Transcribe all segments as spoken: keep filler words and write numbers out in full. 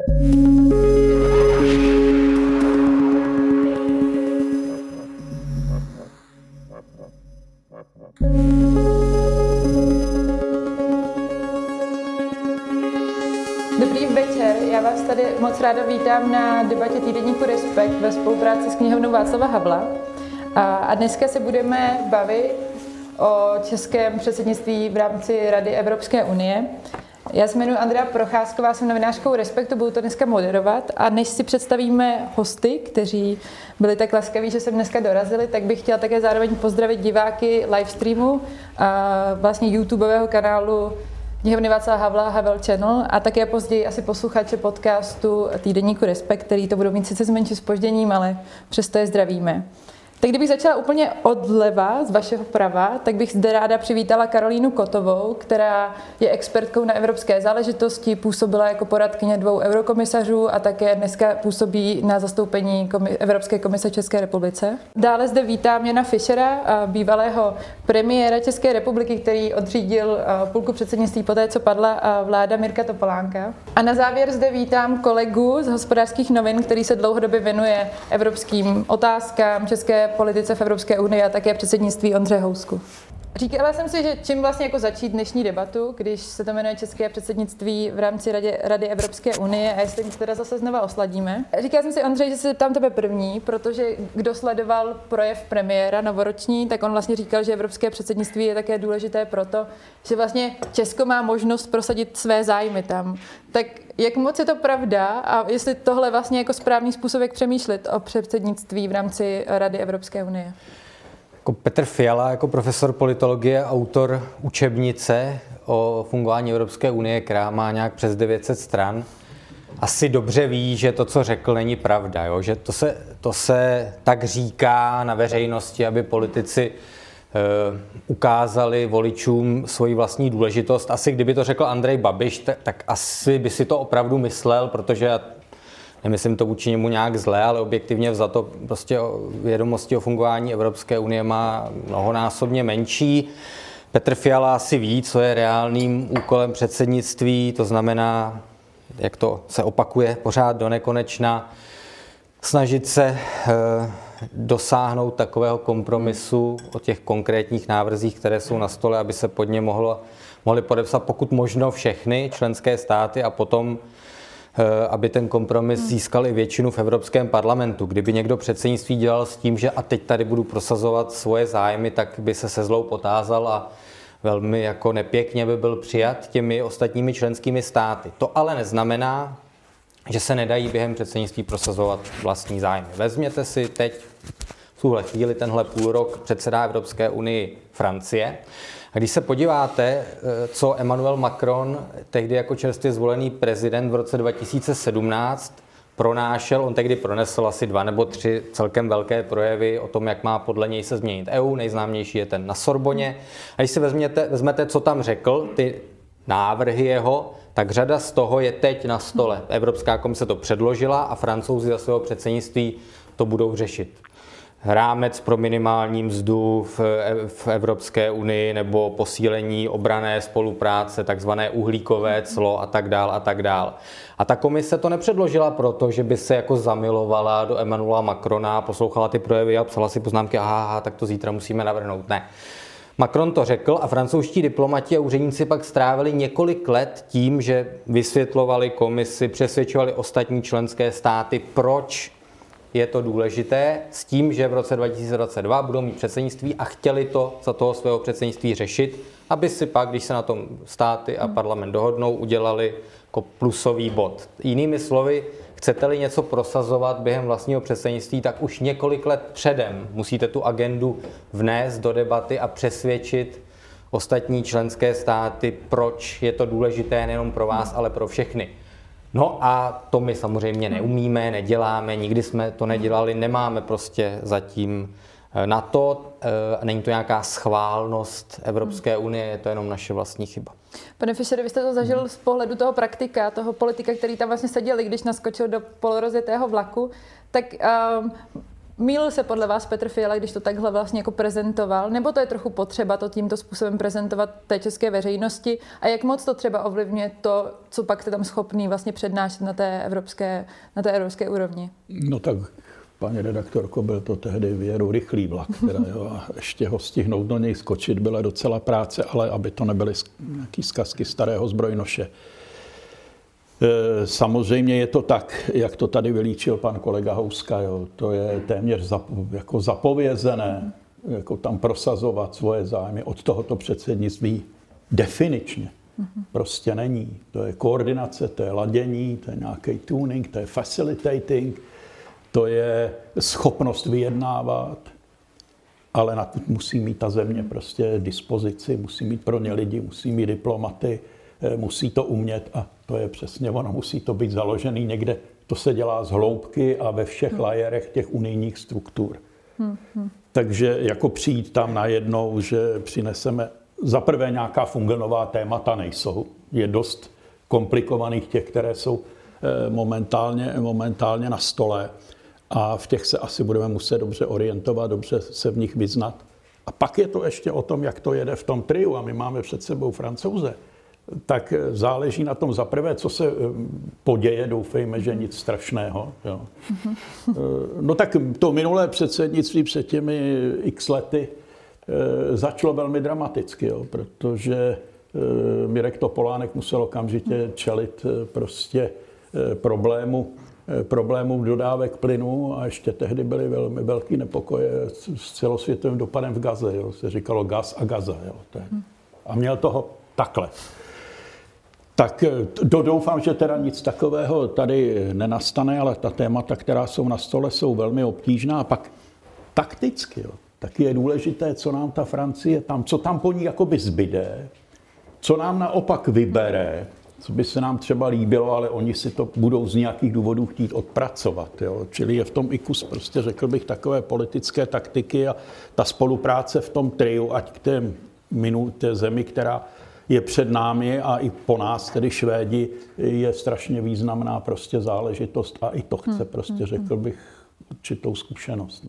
Dobrý večer, já vás tady moc ráda vítám na debatě týdeníku Respekt ve spolupráci s knihovnou Václava Havla. A dneska se budeme bavit o českém předsednictví v rámci Rady Evropské unie. Já se jmenuji Andrea Procházková, jsem novinářkou Respektu, budu to dneska moderovat. A než si představíme hosty, kteří byli tak laskaví, že sem dneska dorazili, tak bych chtěla také zároveň pozdravit diváky livestreamu a vlastně YouTubeového kanálu knihovny Václava Havla, Havel Channel, a také později asi posluchače podcastu týdeníku Respekt, který to budou mít sice s menším zpožděním, ale přesto je zdravíme. Tak kdybych začala úplně odleva, z vašeho prava, tak bych zde ráda přivítala Karolínu Kottovou, která je expertkou na evropské záležitosti, působila jako poradkyně dvou eurokomisařů a také dneska působí na zastoupení Evropské komise České republice. Dále zde vítám Jana Fischera, bývalého premiéra České republiky, který odřídil půlku předsednictví poté, co padla vláda Mirka Topolánka. A na závěr zde vítám kolegu z Hospodářských novin, který se dlouhodobě věnuje evropským otázkám, české politice v Evropské unii a také předsednictví Ondřeje Housku. Říkala jsem si, že čím vlastně jako začít dnešní debatu, když se to jmenuje české předsednictví v rámci Rady, Rady Evropské unie a jestli teda zase znova osladíme. Říkala jsem si, Ondřej, že se zeptám tebe první, protože kdo sledoval projev premiéra novoroční, tak on vlastně říkal, že evropské předsednictví je také důležité proto, že vlastně Česko má možnost prosadit své zájmy tam. Tak jak moc je to pravda a jestli tohle vlastně jako správný způsob, jak přemýšlet o předsednictví v rámci Rady Evropské unie? Jako Petr Fiala, jako profesor politologie, autor učebnice o fungování Evropské unie, která má nějak přes devět set stran, asi dobře ví, že to, co řekl, není pravda. Jo? Že to se, to se tak říká na veřejnosti, aby politici e, ukázali voličům svoji vlastní důležitost. Asi kdyby to řekl Andrej Babiš, tak, tak asi by si to opravdu myslel, protože nemyslím to vůči němu nějak zlé, ale objektivně vzato prostě vědomosti o fungování Evropské unie má mnohonásobně menší. Petr Fiala asi ví, co je reálným úkolem předsednictví, to znamená, jak to se opakuje pořád do nekonečna, snažit se e, dosáhnout takového kompromisu o těch konkrétních návrzích, které jsou na stole, aby se pod ně mohlo, mohly podepsat pokud možno všechny členské státy a potom aby ten kompromis získal i většinu v Evropském parlamentu. Kdyby někdo předsednictví dělal s tím, že a teď tady budu prosazovat svoje zájmy, tak by se se zlou potázal a velmi jako nepěkně by byl přijat těmi ostatními členskými státy. To ale neznamená, že se nedají během předsednictví prosazovat vlastní zájmy. Vezměte si teď v tuhle chvíli tenhle půl rok předsedá Evropské unii Francie. A když se podíváte, co Emmanuel Macron, tehdy jako čerstvě zvolený prezident v roce dva tisíce sedmnáct, pronášel, on tehdy pronesl asi dva nebo tři celkem velké projevy o tom, jak má podle něj se změnit E U, nejznámější je ten na Sorboně. A když si vezměte, vezmete, co tam řekl, ty návrhy jeho, tak řada z toho je teď na stole. Evropská komise to předložila a Francouzi za svého předsednictví to budou řešit. Rámec pro minimální mzdu v, v Evropské unii nebo posílení obranné spolupráce, takzvané uhlíkové clo a tak dál a tak dál. A ta komise to nepředložila proto, že by se jako zamilovala do Emmanuela Macrona, poslouchala ty projevy a psala si poznámky, aha, aha, tak to zítra musíme navrhnout. Ne. Macron to řekl a francouzští diplomati a úředníci pak strávili několik let tím, že vysvětlovali komisi, přesvědčovali ostatní členské státy, proč je to důležité, s tím, že v roce dva tisíce dvacet dva budou mít předsednictví a chtěli to za toho svého předsednictví řešit, aby si pak, když se na tom státy a parlament dohodnou, udělali jako plusový bod. Jinými slovy, chcete-li něco prosazovat během vlastního předsednictví, tak už několik let předem musíte tu agendu vnést do debaty a přesvědčit ostatní členské státy, proč je to důležité nejenom pro vás, ale pro všechny. No a to my samozřejmě neumíme, neděláme, nikdy jsme to nedělali, nemáme prostě zatím na to, není to nějaká schválnost Evropské unie, je to jenom naše vlastní chyba. Pane Fischere, vy jste to zažil z pohledu toho praktika, toho politika, který tam vlastně seděl, když naskočil do polorozjetého vlaku, tak um, Mýlil se podle vás Petr Fiala, když to takhle vlastně jako prezentoval, nebo to je trochu potřeba to tímto způsobem prezentovat té české veřejnosti a jak moc to třeba ovlivňuje to, co pak jste tam schopný vlastně přednášet na té evropské, na té evropské úrovni? No tak, paní redaktorko, byl to tehdy věru rychlý vlak, teda, jo, a ještě ho stihnout do něj skočit byla docela práce, ale aby to nebyly nějaký zkazky starého zbrojnoše. Samozřejmě je to tak, jak to tady vylíčil pan kolega Houska, jo. To je téměř zapo, jako zapovězené, jako tam prosazovat svoje zájmy od tohoto předsednictví definičně. Prostě není. To je koordinace, to je ladění, to je nějaký tuning, to je facilitating, to je schopnost vyjednávat, ale na to musí mít ta země prostě dispozici, musí mít pro ně lidi, musí mít diplomaty, musí to umět a to je přesně ono, musí to být založený někde. To se dělá z hloubky a ve všech hmm. lajerech těch unijních struktur. Hmm. Hmm. Takže jako přijít tam najednou, že přineseme za prvé nějaká fungonová témata nejsou. Je dost komplikovaných těch, které jsou momentálně, momentálně na stole a v těch se asi budeme muset dobře orientovat, dobře se v nich vyznat. A pak je to ještě o tom, jak to jede v tom triu a my máme před sebou Francouze. Tak záleží na tom zaprvé, co se poděje, doufejme, že nic strašného. Jo. No tak to minulé předsednictví před těmi x lety začalo velmi dramaticky, jo, protože Mirek Topolánek musel okamžitě čelit prostě problému, problémů dodávek plynu a ještě tehdy byly velmi velké nepokoje s celosvětovým dopadem v Gaze. Jo. Se říkalo Gaz a Gaza. Jo. A měl toho takhle. Tak doufám, že teda nic takového tady nenastane, ale ta témata, která jsou na stole, jsou velmi obtížná. A pak takticky, jo, taky je důležité, co nám ta Francie tam, co tam po ní jakoby zbyde, co nám naopak vybere, co by se nám třeba líbilo, ale oni si to budou z nějakých důvodů chtít odpracovat. Jo. Čili je v tom i kus, prostě řekl bych, takové politické taktiky a ta spolupráce v tom triu, ať k té, minu, té zemi, která je před námi a i po nás, tedy Švédi, je strašně významná prostě záležitost a i to chce prostě, řekl bych, určitou zkušenost.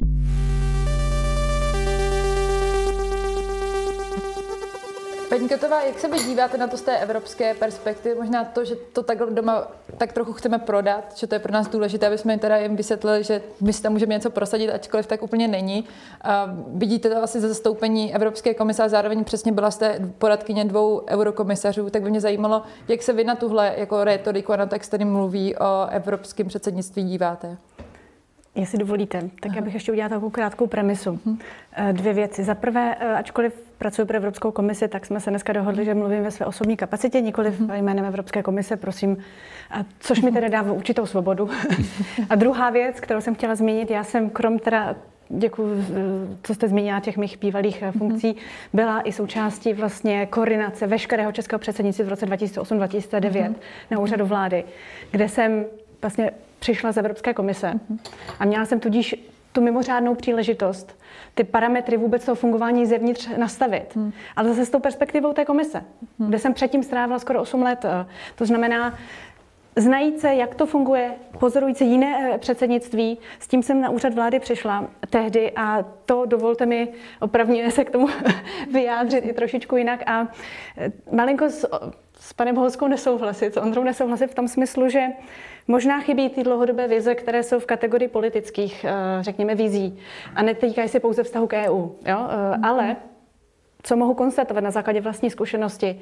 Paní Kotová, jak se vy díváte na to z té evropské perspektivy? Možná to, že to tak doma tak trochu chceme prodat, že to je pro nás důležité, aby jsme teda jim vysvětlili, že my si tam můžeme něco prosadit, ačkoliv tak úplně není. A vidíte to asi ze zastoupení Evropské komise a zároveň přesně byla jste poradkyně dvou eurokomisařů, tak by mě zajímalo, jak se vy na tuhle jako rétoriku a na text, který mluví o evropském předsednictví, díváte? Jestli dovolíte, tak Aha. já bych ještě udělala takovou krátkou premisu. Hmm. Dvě věci. Za prvé, ačkoliv pracuji pro Evropskou komisi, tak jsme se dneska dohodli, že mluvím ve své osobní kapacitě, nikoliv hmm. jménem Evropské komise, prosím, což mi teda dává určitou svobodu. A druhá věc, kterou jsem chtěla zmínit, já jsem krom teda, děkuji, co jste zmínila, těch mých bývalých funkcí, byla i součástí vlastně koordinace veškerého českého předsednictví v roce dva tisíce osm dva tisíce devět hmm. na úřadu vlády, kde jsem vlastně přišla z Evropské komise a měla jsem tudíž tu mimořádnou příležitost ty parametry vůbec toho fungování zevnitř nastavit. Hmm. Ale zase s tou perspektivou té komise, hmm. kde jsem předtím strávila skoro osm let. To znamená, znajíce, jak to funguje, pozorující jiné předsednictví, s tím jsem na úřad vlády přišla tehdy a to dovolte mi opravdu se k tomu vyjádřit i trošičku jinak a malinko s, s panem Houskou nesouhlasit, s Ondrou nesouhlasit v tom smyslu, že možná chybí ty dlouhodobé vize, které jsou v kategorii politických, řekněme, vizí a netýkají se pouze vztahu k E U. Jo? Ale co mohu konstatovat na základě vlastní zkušenosti,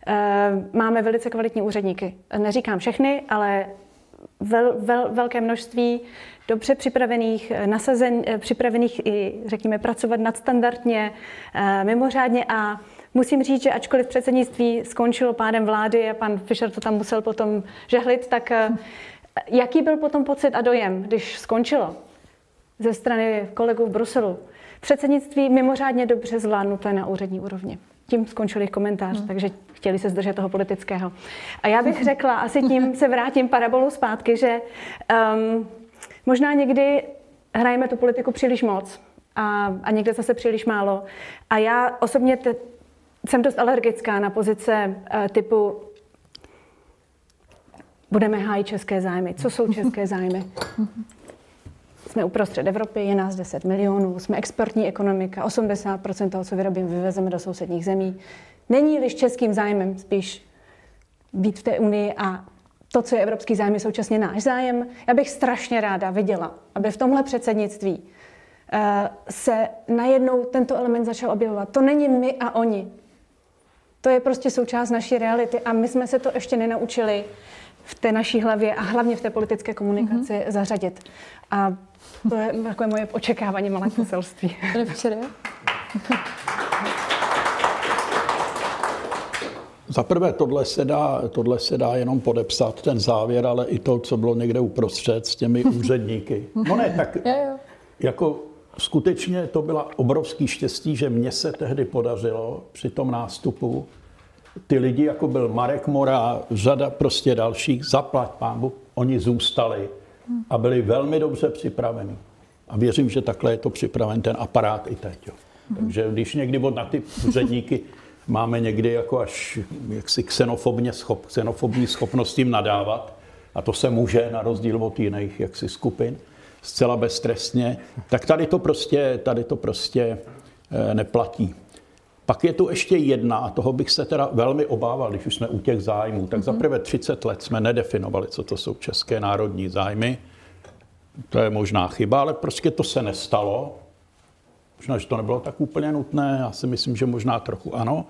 máme velice kvalitní úředníky. Neříkám všechny, ale vel, vel, velké množství dobře připravených, nasazen, připravených i, řekněme, pracovat nadstandardně, mimořádně a musím říct, že ačkoliv předsednictví skončilo pádem vlády a pan Fischer to tam musel potom žehlit, tak jaký byl potom pocit a dojem, když skončilo ze strany kolegů v Bruselu? Předsednictví mimořádně dobře zvládnuté na úřední úrovni. Tím skončil jejich komentář, hmm. takže chtěli se zdržet toho politického. A já bych řekla, asi tím se vrátím parabolu zpátky, že um, možná někdy hrajeme tu politiku příliš moc a, a někde zase příliš málo. A já osobně te, jsem dost alergická na pozice uh, typu budeme hájit české zájmy. Co jsou české zájmy? Jsme jsme uprostřed Evropy, je nás deset milionů, jsme exportní ekonomika, osmdesát procent toho, co vyrobíme, vyvezeme do sousedních zemí. Není-li českým zájmem spíš být v té unii a to, co je evropský zájem, je současně náš zájem. Já bych strašně ráda viděla, aby v tomhle předsednictví uh, se najednou tento element začal objevovat. To není my a oni. To je prostě součást naší reality a my jsme se to ještě nenaučili v té naší hlavě a hlavně v té politické komunikaci mm-hmm. zařadit. A to je takové moje očekávání, malé poselství. Pane Fischere? Za prvé, tohle se, dá, tohle se dá jenom podepsat, ten závěr, ale i to, co bylo někde uprostřed s těmi úředníky. No ne, tak jo, jo. jako skutečně to byla obrovský štěstí, že mně se tehdy podařilo při tom nástupu ty lidi, jako byl Marek Mora, řada prostě dalších, zaplať pánbu, oni zůstali a byli velmi dobře připraveni. A věřím, že takhle je to připraven ten aparát i teď. Jo. Takže když někdy na ty úředníky máme někdy jako až jaksi xenofobně schop, xenofobní schopnost jim nadávat, a to se může na rozdíl od jiných jaksi skupin, zcela beztrestně, tak tady to prostě, tady to prostě e, neplatí. Pak je tu ještě jedna, a toho bych se teda velmi obával, když už jsme u těch zájmů. Tak za prvé třicet let jsme nedefinovali, co to jsou české národní zájmy. To je možná chyba, ale prostě to se nestalo. Možná, že to nebylo tak úplně nutné, já si myslím, že možná trochu ano.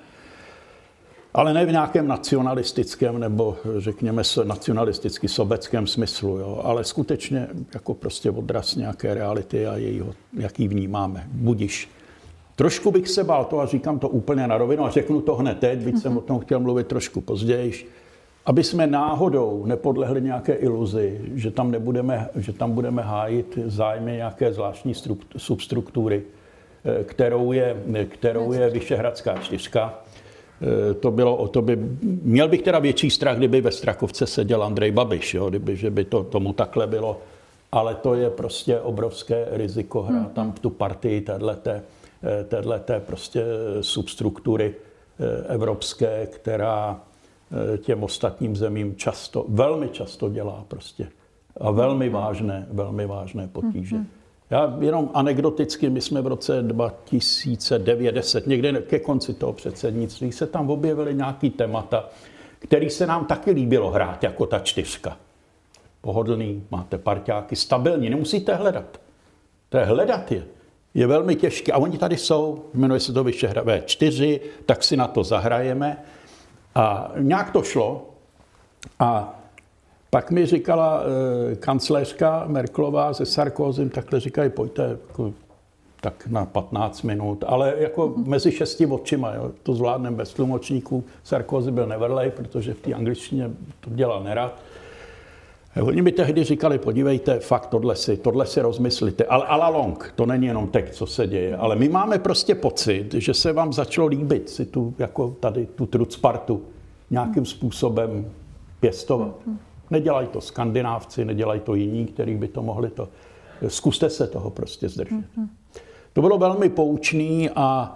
Ale ne v nějakém nacionalistickém nebo řekněme nacionalisticky sobeckém smyslu, jo? Ale skutečně jako prostě odraz nějaké reality a jejího, jaký vnímáme. Budiš. Trošku bych se bál to, a říkám to úplně na rovinu a řeknu to hned teď, byť jsem o tom chtěl mluvit trošku později, aby jsme náhodou nepodlehli nějaké iluzi, že tam, nebudeme, že tam budeme hájit zájmy nějaké zvláštní substruktury, kterou je, kterou je Vyšehradská čtyřka. To bylo, to by, měl bych teda větší strach, kdyby ve Strakovce seděl Andrej Babiš, jo, kdyby, že by to tomu takhle bylo, ale to je prostě obrovské riziko hrát tam v tu partii téhleté, téhleté prostě substruktury evropské, která těm ostatním zemím často, velmi často dělá prostě a velmi vážné, velmi vážné potíže. Já jenom anekdoticky, my jsme v roce dva tisíce devět deset, někde ke konci toho předsednictví, se tam objevily nějaký témata, který se nám taky líbilo hrát jako ta čtyřka. Pohodlný, máte parťáky, stabilní, nemusíte hledat. To je hledat je. Je velmi těžké. A oni tady jsou, jmenuje se to Vyšehrad vé čtyři, tak si na to zahrajeme. A nějak to šlo. A pak mi říkala e, kancléřka Merkelová se Sarkozym, takhle říkají, pojďte jako, tak na patnáct minut, ale jako mezi šesti očima, jo, to zvládneme bez tlumočníků. Sarkozy byl neverlej, protože v té angličtině to dělal nerad. Oni mi tehdy říkali, podívejte, fakt tohle si, tohle si rozmyslíte. Ale a la long, to není jenom teď, co se děje. Ale my máme prostě pocit, že se vám začalo líbit si tu, jako tady, tu trucpartu nějakým způsobem pěstovat. Nedělají to Skandinávci, nedělají to jiní, kteří by to mohli to. Zkuste se toho prostě zdržet. To bylo velmi poučný a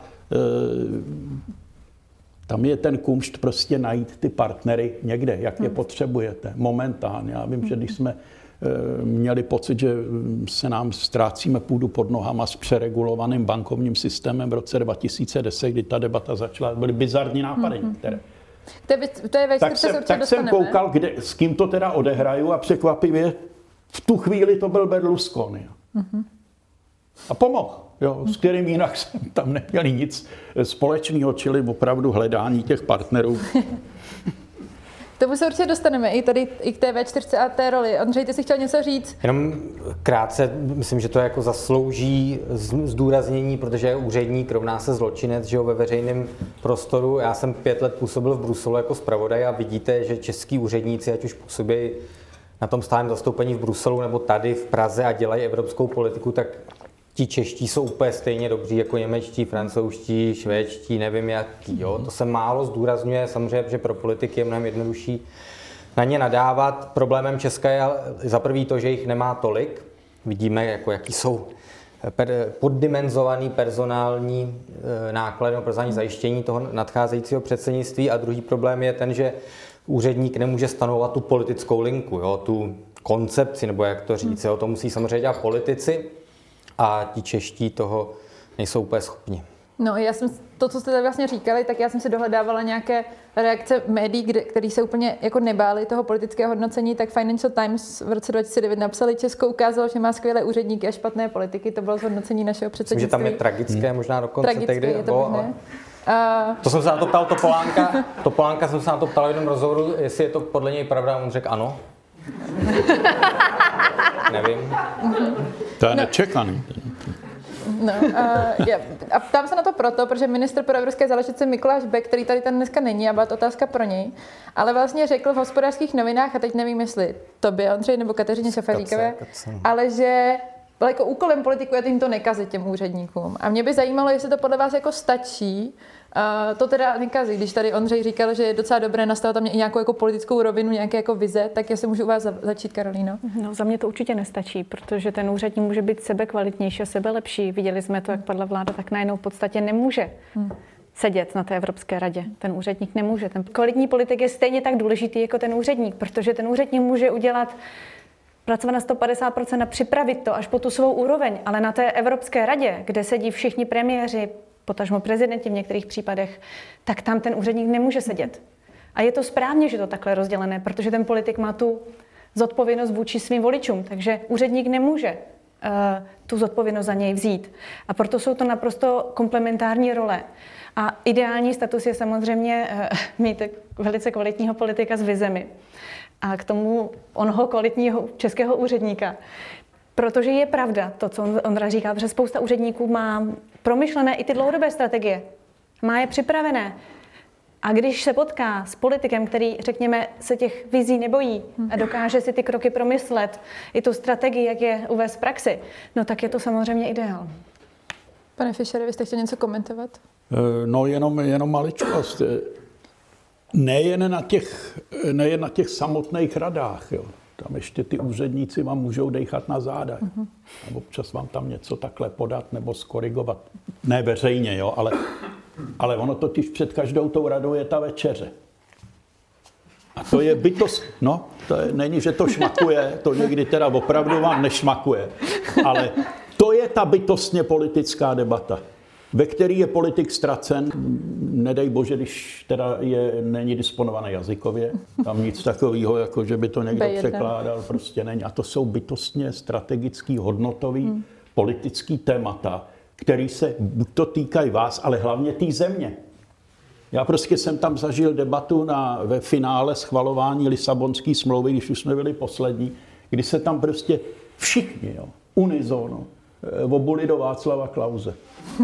e, tam je ten kumšt prostě najít ty partnery někde, jak je potřebujete, momentálně. Já vím, že když jsme e, měli pocit, že se nám ztrácíme půdu pod nohama s přeregulovaným bankovním systémem v roce dva tisíce deset, kdy ta debata začala, byly bizarní nápady některé. To je, to je tak jsem, tak jsem koukal, kde, s kým to teda odehraju a překvapivě v tu chvíli to byl Berlusconi. Mm-hmm. A pomohl, jo, s kterým jinak jsem tam neměli nic společného, čili opravdu hledání těch partnerů. K tomu se určitě dostaneme i tady i k té vé čtyři a té roli. Ondřej, ty jsi chtěl něco říct? Jenom krátce, myslím, že to jako zaslouží zdůraznění, protože úředník rovná se zločinec, že jo, ve veřejném prostoru. Já jsem pět let působil v Bruselu jako zpravodaj a vidíte, že český úředníci, ať už působí na tom stálém zastoupení v Bruselu nebo tady v Praze a dělají evropskou politiku, tak ti čeští jsou úplně stejně dobří jako němečtí, francouzští, švédští, nevím jaký. Jo. To se málo zdůrazňuje, samozřejmě, že pro politiky je mnohem jednodušší na ně nadávat. Problémem Česka je za prvý to, že jich nemá tolik. Vidíme, jako, jaký jsou poddimenzovaný personální náklady, personální zajištění toho nadcházejícího předsednictví. A druhý problém je ten, že úředník nemůže stanovovat tu politickou linku, jo, tu koncepci, nebo jak to říct. Jo? To musí samozřejmě dělat politici a ti čeští toho nejsou úplně schopni. No, já jsem to, co jste tady vlastně říkali, tak já jsem si dohledávala nějaké reakce médií, které se úplně jako nebály toho politického hodnocení, tak Financial Times v roce dva tisíce devět napsali, Česko ukázalo, že má skvělé úředníky a špatné politiky. To bylo zhodnocení našeho předsednictví. Myslím, že tam je tragické hmm. možná dokonce. Tragické, tehdy, je to možné. Ale... Uh... To jsem se na to ptal Topolánka, Topolánka jsem se na to ptal v jednom rozhovoru, jestli je to podle něj pravda, on řekl ano. Nevím. To je nečekaný. No, uh, já, a ptám se na to proto, protože ministr pro evropské záležitosti Mikuláš Bek, který tady ten dneska není, a byla to otázka pro něj, ale vlastně řekl v Hospodářských novinách, a teď nevím, jestli tobě, Ondřej, nebo Kateřině Šafalíkové, ale že jako úkolem politiků je jim to nekazit těm úředníkům. A mě by zajímalo, jestli to podle vás jako stačí, uh, to teda nekazí. Když tady Ondřej říkal, že je docela dobré nastavit tam i nějakou jako politickou rovinu, nějaké jako vize, tak jestli můžu u vás začít, Karolíno. No, za mě to určitě nestačí, protože ten úředník může být sebe kvalitnější a sebe lepší. Viděli jsme to, jak padla vláda, tak najednou v podstatě nemůže hmm. sedět na té Evropské radě. Ten úředník nemůže. Ten kvalitní politik je stejně tak důležitý jako ten úředník, protože ten úředník může udělat pracovat na sto padesát procent a připravit to až po tu svou úroveň, ale na té Evropské radě, kde sedí všichni premiéři, potažmo prezidenti v některých případech, tak tam ten úředník nemůže sedět. A je to správně, že to takhle rozdělené, protože ten politik má tu zodpovědnost vůči svým voličům, takže úředník nemůže uh, tu zodpovědnost za něj vzít. A proto jsou to naprosto komplementární role. A ideální status je samozřejmě uh, mít velice kvalitního politika s vizemi. A k tomu onoho kvalitního českého úředníka. Protože je pravda to, co Ondra říká, že spousta úředníků má promyšlené i ty dlouhodobé strategie. Má je připravené. A když se potká s politikem, který, řekněme, se těch vizí nebojí a dokáže si ty kroky promyslet, i tu strategii, jak je uvést v praxi, no tak je to samozřejmě ideál. Pane Fischere, vy jste chtěl něco komentovat? No jenom, jenom maličkost. Nejen na těch, nejen na těch samotných radách, jo. Tam ještě ty úředníci vám můžou dejchat na záda. Uh-huh. A občas vám tam něco takhle podat nebo skorigovat. Ne veřejně, jo, ale, ale ono totiž před každou tou radou je ta večeře. A to je bytost, no, to je, není, že to šmakuje, to někdy teda opravdu vám nešmakuje, ale to je ta bytostně politická debata, ve který je politik ztracen, nedej bože, když teda je, není disponovaný jazykově, tam nic takového, jako že by to někdo překládal, prostě není. A to jsou bytostně strategický, hodnotový, hmm. politický témata, který se buď to týkají vás, ale hlavně té země. Já prostě jsem tam zažil debatu na, ve finále schvalování Lisabonské smlouvy, když už jsme byli poslední, kdy se tam prostě všichni, jo, unizono, obuli do Václava Klause.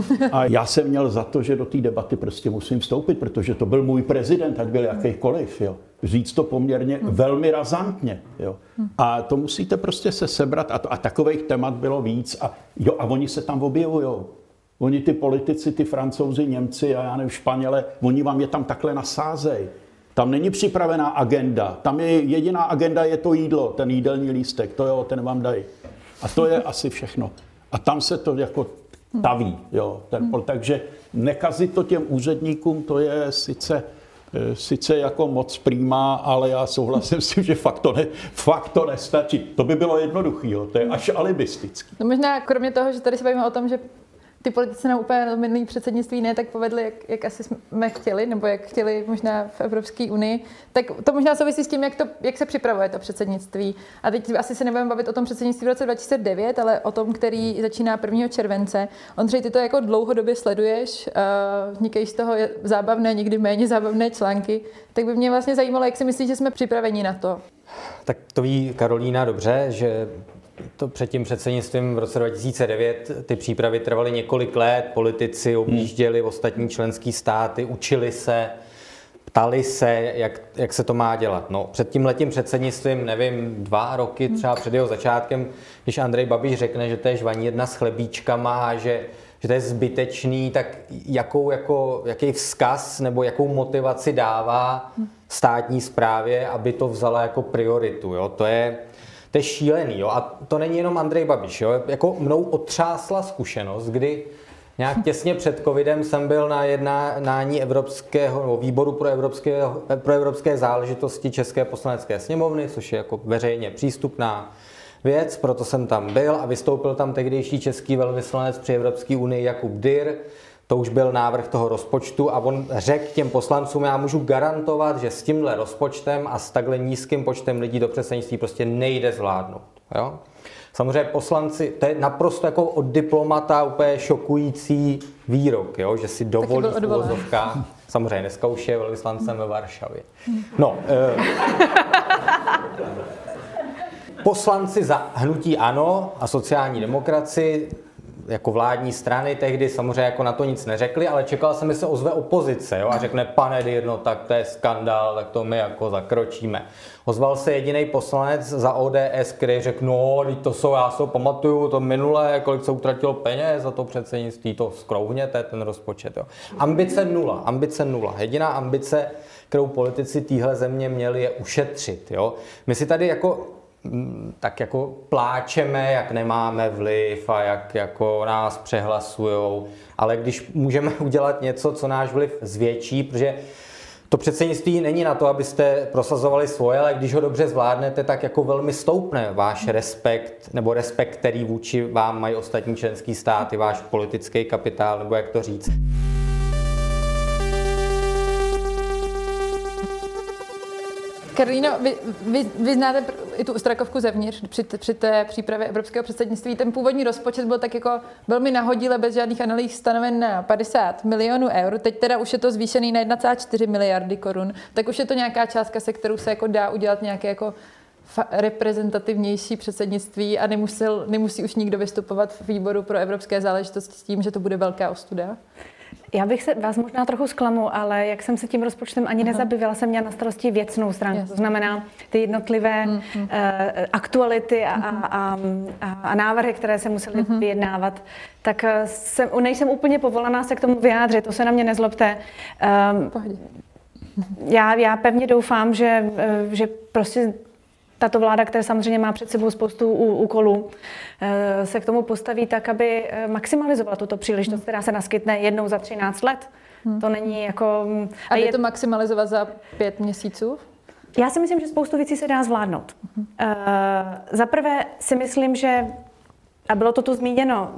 A já jsem měl za to, že do té debaty prostě musím vstoupit, protože to byl můj prezident, ať byl jakýkoliv. Jo. Říct to poměrně hmm. velmi razantně. Jo. A to musíte prostě se sebrat. A, to, a takových témat bylo víc. A, jo, a oni se tam objevujou. Oni ty politici, ty Francouzi, Němci a já nevím, Španěle, oni vám je tam takhle nasázej. Tam není připravená agenda. Tam je jediná agenda, je to jídlo, ten jídelní lístek. To jo, ten vám dají. A to je asi všechno. A tam se to jako taví. Jo, ten, takže nekazit to těm úředníkům, to je sice, sice jako moc prýmá, ale já souhlasím s tím, že fakt to, ne, fakt to nestačí. To by bylo jednoduchý, jo, to je až alibistický. No možná kromě toho, že tady se bavíme o tom, že ty politici nám úplně na minulý předsednictví ne tak povedli, jak, jak asi jsme chtěli, nebo jak chtěli možná v Evropské unii, tak to možná souvisí s tím, jak, to, jak se připravuje to předsednictví. A teď asi se nebudeme bavit o tom předsednictví v roce dva tisíce devět, ale o tom, který začíná prvního července. Ondřej, ty to jako dlouhodobě sleduješ, uh, vznikají z toho zábavné, někdy méně zábavné články, tak by mě vlastně zajímalo, jak si myslíš, že jsme připraveni na to? Tak to ví Karolína dobře, že to před tím předsednictvím v roce dva tisíce devět ty přípravy trvaly několik let, politici objížděli ostatní členské státy, učili se, ptali se, jak, jak se to má dělat. No, před tím letím předsednictvím, nevím, dva roky třeba před jeho začátkem, když Andrej Babiš řekne, že to je žvanírna s chlebíčkama a že, že to je zbytečný, tak jakou, jako, jaký vzkaz nebo jakou motivaci dává státní správě, aby to vzala jako prioritu. Jo? To je To je šílený, jo? A to není jenom Andrej Babiš, jo? Jako mnou otřásla zkušenost, kdy Nějak těsně před covidem jsem byl na jednání Evropského, no, výboru pro evropské, pro evropské záležitosti České poslanecké sněmovny, což je jako veřejně přístupná věc, proto jsem tam byl a vystoupil tam tehdejší český velvyslanec při Evropské unii Jakub Dyr. To už byl návrh toho rozpočtu a on řekl těm poslancům, já můžu garantovat, že s tímhle rozpočtem a s takhle nízkým počtem lidí do předsednictví prostě nejde zvládnout. Jo? Samozřejmě poslanci, to je naprosto jako od diplomata úplně šokující výrok, jo? Že si dovolí v uvozovkách. Samozřejmě dneska už je velvyslancem ve Varšavě. No, eh, poslanci za hnutí ANO a sociální demokracii jako vládní strany tehdy samozřejmě jako na to nic neřekli, ale čekal jsem, že se ozve opozice, jo, a řekne, pane Dyr, no tak to je skandál, tak to my jako zakročíme. Ozval se jediný poslanec za O D S, který řekl, no, to jsou, já se pamatuju, to minulé, kolik se utratilo peněz za to předsednictví, to skrouhněte, ten rozpočet. Jo. Ambice nula, ambice nula. Jediná ambice, kterou politici téhle země měli, je ušetřit. Jo. My si tady jako tak jako pláčeme, jak nemáme vliv a jak jako nás přehlasujou, ale když můžeme udělat něco, co náš vliv zvětší, protože to předsednictví není na to, abyste prosazovali svoje, ale když ho dobře zvládnete, tak jako velmi stoupne váš respekt, nebo respekt, který vůči vám mají ostatní členský státy, váš politický kapitál, nebo jak to říct. Karolíno, vy, vy, vy znáte i tu Ostrakovku zevnitř při, při té přípravě evropského předsednictví. Ten původní rozpočet byl tak jako velmi nahodile, bez žádných analýz stanoven na padesát milionů eur. Teď teda už je to zvýšený na jedna celá čtyři miliardy korun. Tak už je to nějaká částka, se kterou se jako dá udělat nějaké jako reprezentativnější předsednictví a nemusel, nemusí už nikdo vystupovat v výboru pro evropské záležitosti s tím, že to bude velká ostuda. Já bych se vás možná trochu zklamu, ale jak jsem se tím rozpočtem ani Aha. nezabývala, jsem měla na starosti věcnou stránku. Yes. To znamená ty jednotlivé mm-hmm. uh, aktuality a, mm-hmm. a, a, a návrhy, které se musely mm-hmm. vyjednávat. Tak jsem, nejsem úplně povolaná se k tomu vyjádřit, to se na mě nezlobte. Um, já, já pevně doufám, že, že prostě tato vláda, která samozřejmě má před sebou spoustu úkolů, se k tomu postaví tak, aby maximalizovala tuto příležitost, která se naskytne jednou za třináct let. Hmm. To není jako... A jde to maximalizovat za pět měsíců? Já si myslím, že spoustu věcí se dá zvládnout. Hmm. Uh, za prvé si myslím, že, a bylo to tu zmíněno,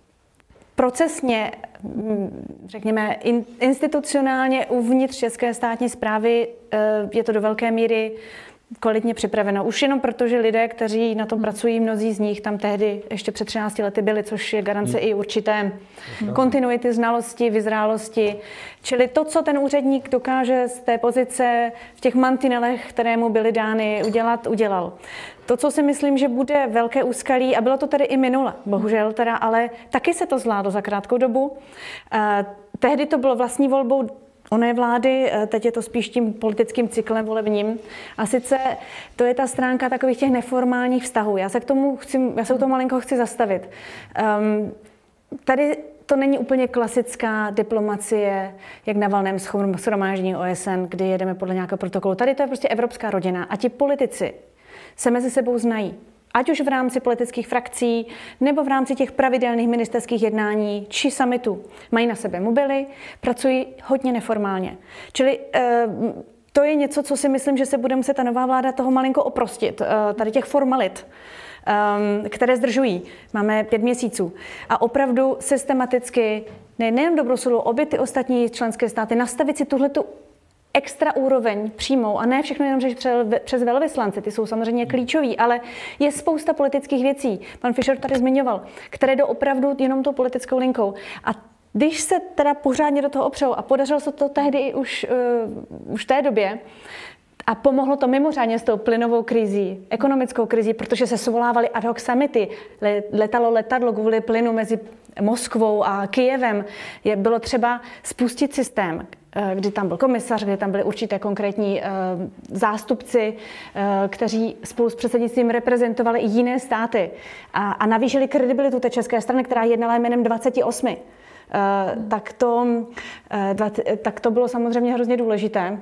procesně, řekněme, in, institucionálně uvnitř české státní správy uh, je to do velké míry kvalitně připraveno. Už jenom proto, že lidé, kteří na tom hmm. pracují, mnozí z nich tam tehdy ještě před třinácti lety byli, což je garance hmm. i určité hmm. kontinuity, znalosti, vyzrálosti. Čili to, co ten úředník dokáže z té pozice v těch mantinelech, které mu byly dány, udělat, udělal. To, co si myslím, že bude velké úskalí, a bylo to tady i minule, bohužel teda, ale taky se to zvládlo za krátkou dobu. Eh, tehdy to bylo vlastní volbou oné vlády, teď je to spíš tím politickým cyklem volebním. A sice to je ta stránka takových těch neformálních vztahů. Já se k tomu chci, já se k tomu malinko chci zastavit. Um, tady to není úplně klasická diplomacie, jak na valném shromáždění O S N, kdy jedeme podle nějakého protokolu. Tady to je prostě evropská rodina a ti politici se mezi sebou znají. Ať už v rámci politických frakcí, nebo v rámci těch pravidelných ministerských jednání či summitů. Mají na sebe mobily, pracují hodně neformálně. Čili e, to je něco, co si myslím, že se bude muset ta nová vláda toho malinko oprostit. E, tady těch formalit, e, které zdržují. Máme pět měsíců. A opravdu systematicky, ne, nejen do Bruselu, obě ty ostatní členské státy, nastavit si tuhletu extra úroveň přímou a ne všechno jenom přes velvyslance, ty jsou samozřejmě klíčoví, ale je spousta politických věcí, pan Fischer tady zmiňoval, které jdou opravdu jenom tou politickou linkou. A když se teda pořádně do toho opřou a podařilo se to tehdy i už, uh, už v té době, a pomohlo to mimořádně s tou plynovou krizí, ekonomickou krizí, protože se svolávaly ad hoc summity, letalo letadlo kvůli plynu mezi Moskvou a Kyjevem. Je, bylo třeba spustit systém, kdy tam byl komisař, kdy tam byly určité konkrétní uh, zástupci, uh, kteří spolu s předsednictvím reprezentovali i jiné státy a, a navýšili kredibilitu té české strany, která jednala jménem dvacet osm. Uh, tak, to, uh, dvacet, tak to bylo samozřejmě hrozně důležité.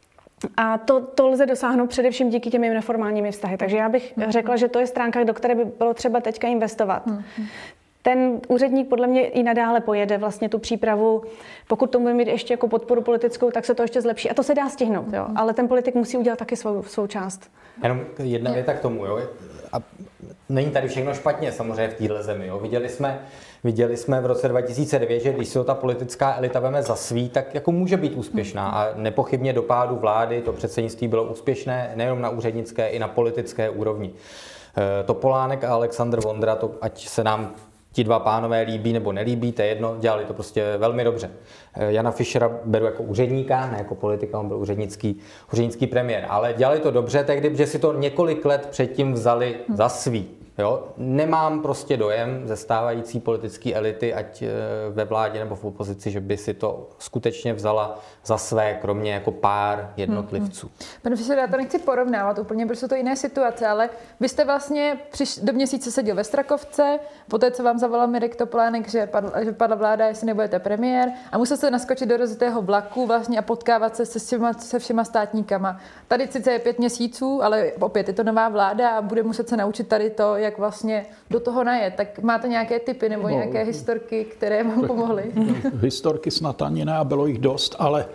A to, to lze dosáhnout především díky těm neformálními vztahy. Takže já bych řekla, že to je stránka, do které by bylo třeba teďka investovat. ten úředník podle mě i nadále pojede vlastně tu přípravu. Pokud tomu bude mít ještě jako podporu politickou, tak se to ještě zlepší. A to se dá stihnout, jo. Ale ten politik musí udělat taky svou, svou část. Jenom jedna věta k tomu, jo. A není tady všechno špatně samozřejmě v téhle zemi, jo. Viděli jsme, viděli jsme v roce dva tisíce devět, že když se ta politická elita veme za svý, tak jako může být úspěšná. A nepochybně do pádu vlády to předsednictví bylo úspěšné nejenom na úřednické, i na politické úrovni. Topolánek a Alexandr Vondra, to ať se nám ti dva pánové líbí nebo nelíbí, to je jedno, dělali to prostě velmi dobře. Jana Fischera beru jako úředníka, ne jako politika, on byl úřednický, úřednický premiér, ale dělali to dobře tehdy, že si to několik let předtím vzali za svý. Jo? Nemám prostě dojem ze stávající politické elity, ať ve vládě nebo v opozici, že by si to skutečně vzala za své, kromě jako pár jednotlivců. Hmm. Pane Fischere, já to nechci porovnávat úplně, protože jsou to jiné situace, ale vy jste vlastně přiš, do měsíce seděl ve Strakovce, poté co vám zavolal Mirek Topolánek, že, padl, že padla vláda, jestli nebudete premiér, a musel jste naskočit do rozjetého vlaku vlastně a potkávat se se všema, se všema státníkama. Tady sice je pět měsíců, ale opět je to nová vláda a bude muset se naučit tady to, jak vlastně do toho najet. Tak máte nějaké tipy nebo no, nějaké historky, které vám pomohly? Historky snad ani ne, a bylo jich dost, ale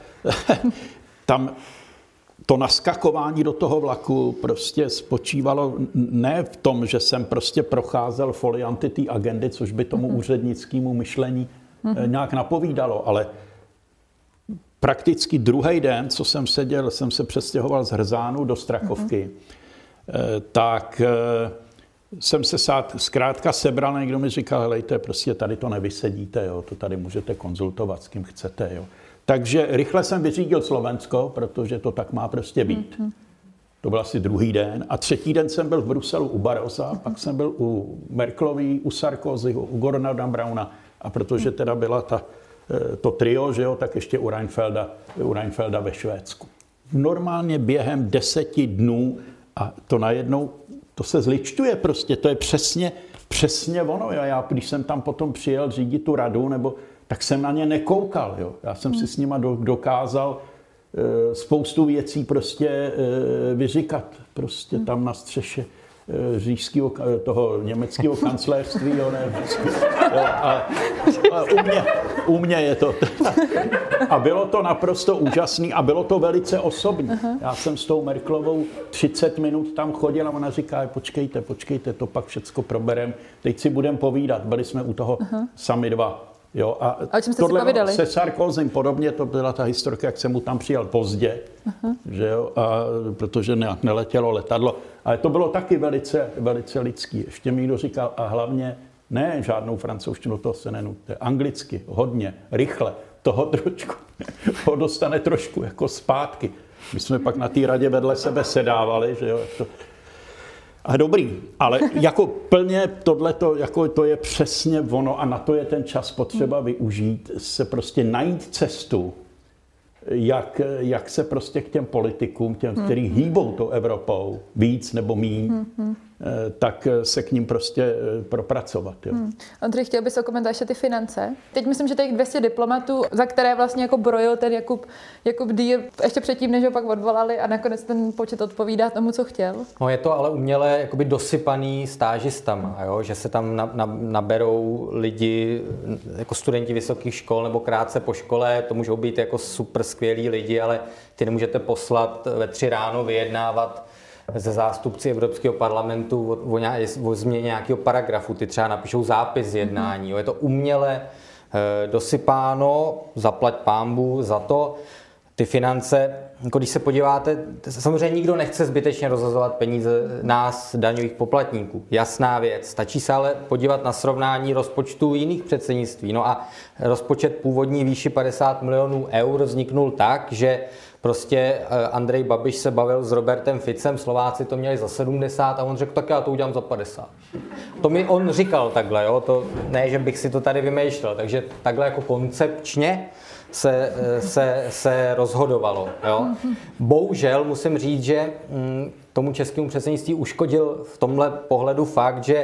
tam to naskakování do toho vlaku prostě spočívalo ne v tom, že jsem prostě procházel folianty té agendy, což by tomu úřednickému myšlení nějak napovídalo, ale prakticky druhý den, co jsem seděl, jsem se přestěhoval z Hrzánu do Strakovky, tak jsem se sát, zkrátka sebral, někdo mi říkal, helejte, prostě tady to nevysedíte, jo, to tady můžete konzultovat s kým chcete. Jo. Takže rychle jsem vyřídil Slovensko, protože to tak má prostě být. Mm-hmm. To byl asi druhý den. A třetí den jsem byl v Bruselu u Barrosa, mm-hmm. pak jsem byl u Merkelový, u Sarkozyho, u Gordona Browna. A protože teda byla ta, to trio, že jo, tak ještě u Reinfelda, u Reinfelda ve Švédsku. Normálně během deseti dnů a to najednou to se zličtuje prostě, to je přesně, přesně ono. Já, když jsem tam potom přijel řídit tu radu, nebo, tak jsem na ně nekoukal. Jo. Já jsem si s nima do, dokázal e, spoustu věcí prostě e, vyříkat. Prostě tam na střeše e, říšského, toho německého kancléřství. Jo, ne, jo, a, a u, mě, u mě je to. A bylo to naprosto úžasný a bylo to velice osobní. Uh-huh. Já jsem s tou Merkelovou třicet minut tam chodil a ona říká, počkejte, počkejte, to pak všecko proberem, teď si budeme povídat. Byli jsme u toho uh-huh. sami dva. Jo, a a čím jste si povídali? Se Sarkozym podobně, to byla ta historka, jak jsem mu tam přijel pozdě, uh-huh. že jo, a, protože ne, neletělo letadlo. Ale to bylo taky velice, velice lidský. Ještě mi někdo říkal, a hlavně ne žádnou francouzštinu, to se nenuďte. Anglicky, hodně, rychle. Toho trošku, ho dostane trošku jako zpátky. My jsme pak na té radě vedle sebe sedávali, že jo. To... A dobrý, ale jako plně tohleto, jako to je přesně ono a na to je ten čas potřeba využít, se prostě najít cestu, jak, jak se prostě k těm politikům, těm, kteří hýbou tou Evropou, víc nebo míň, mm-hmm. tak se k ním prostě propracovat. Jo. Hmm. Ondřej, chtěl bys okomentovat ještě ty finance? Teď myslím, že těch dvě stě diplomatů, za které vlastně jako brojil ten Jakub, Jakub Dýr ještě předtím, než ho pak odvolali a nakonec ten počet odpovídá tomu, co chtěl. No je to ale uměle jakoby dosypaný stážistama, jo? Že se tam na, na, naberou lidi, jako studenti vysokých škol nebo krátce po škole, to můžou být jako super skvělí lidi, ale ty nemůžete poslat ve tři ráno vyjednávat ze zástupci Evropského parlamentu o, o, o změně nějakého paragrafu. Ty třeba napíšou zápis z jednání. Jo. Je to uměle e, dosypáno, zaplať pánbu za to. Ty finance, jako když se podíváte, samozřejmě nikdo nechce zbytečně rozhazovat peníze nás, daňových poplatníků. Jasná věc. Stačí se ale podívat na srovnání rozpočtu jiných předsednictví. No a rozpočet původní výši padesát milionů eur vzniknul tak, že prostě Andrej Babiš se bavil s Robertem Ficem, Slováci to měli za sedmdesát a on řekl, tak já to udělám za padesát. To mi on říkal takhle, jo? To, ne, že bych si to tady vymýšlel, takže takhle jako koncepčně se, se, se rozhodovalo. Jo? Bohužel musím říct, že tomu českému předsednictví uškodil v tomhle pohledu fakt, že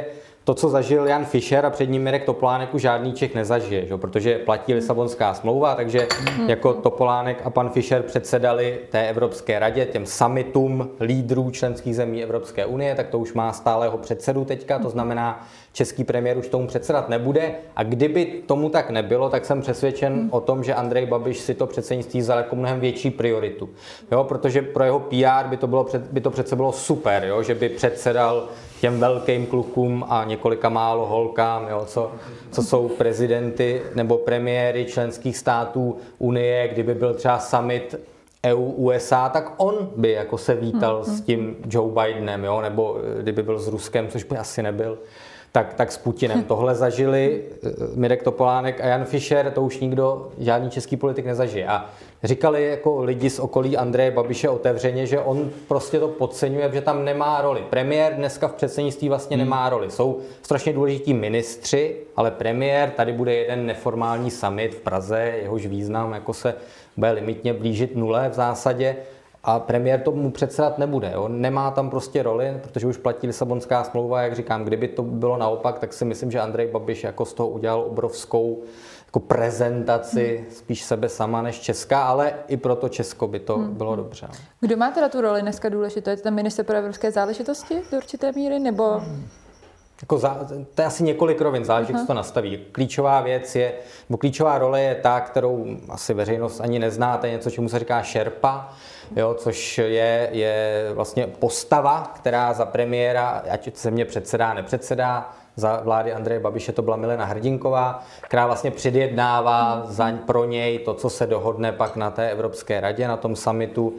to, co zažil Jan Fischer a před ním Mirek Topolánek, už žádný Čech nezažije, že? Protože platí Lisabonská smlouva, takže jako Topolánek a pan Fischer předsedali té Evropské radě, těm summitům lídrů členských zemí Evropské unie, tak to už má stálého předsedu teďka, to znamená, český premiér už tomu předsedat nebude. A kdyby tomu tak nebylo, tak jsem přesvědčen hmm. o tom, že Andrej Babiš si to předsednictví vzal jako mnohem větší prioritu. Jo, protože pro jeho P R by to, bylo, by to přece bylo super, jo, že by předsedal těm velkým klukům a několika málo holkám, jo, co, co jsou prezidenty nebo premiéry členských států Unie, kdyby byl třeba summit E U U S A, tak on by jako se vítal hmm. s tím Joe Bidenem, jo, nebo kdyby byl s Ruskem, což by asi nebyl. Tak, tak s Putinem. Tohle zažili Mirek Topolánek a Jan Fischer, to už nikdo, žádný český politik nezažije. A říkali jako lidi z okolí Andreje Babiše otevřeně, že on prostě to podceňuje, že tam nemá roli. Premiér dneska v předsednictví vlastně hmm. nemá roli. Jsou strašně důležití ministři, ale premiér, tady bude jeden neformální summit v Praze, jehož význam jako se bude limitně blížit nule v zásadě. A premiér tomu předsedat nebude. On nemá tam prostě roli, protože už platí Lisabonská smlouva. Jak říkám, kdyby to bylo naopak, tak si myslím, že Andrej Babiš jako z toho udělal obrovskou jako prezentaci, hmm. spíš sebe sama než Česka, ale i pro to Česko by to hmm. bylo dobře. Kdo má teda tu roli dneska důležitou? Je to ten ministr pro evropské záležitosti do určité míry, nebo... Hmm. Jako za, to je asi několik rovin, záleží, jak se to nastaví. Klíčová věc je, nebo klíčová role je ta, kterou asi veřejnost ani nezná, to je něco, čemu se říká šerpa, jo, což je, je vlastně postava, která za premiéra, ať země předsedá, nepředsedá, za vlády Andreje Babiše to byla Milena Hrdinková, která vlastně předjednává za, pro něj to, co se dohodne pak na té Evropské radě, na tom summitu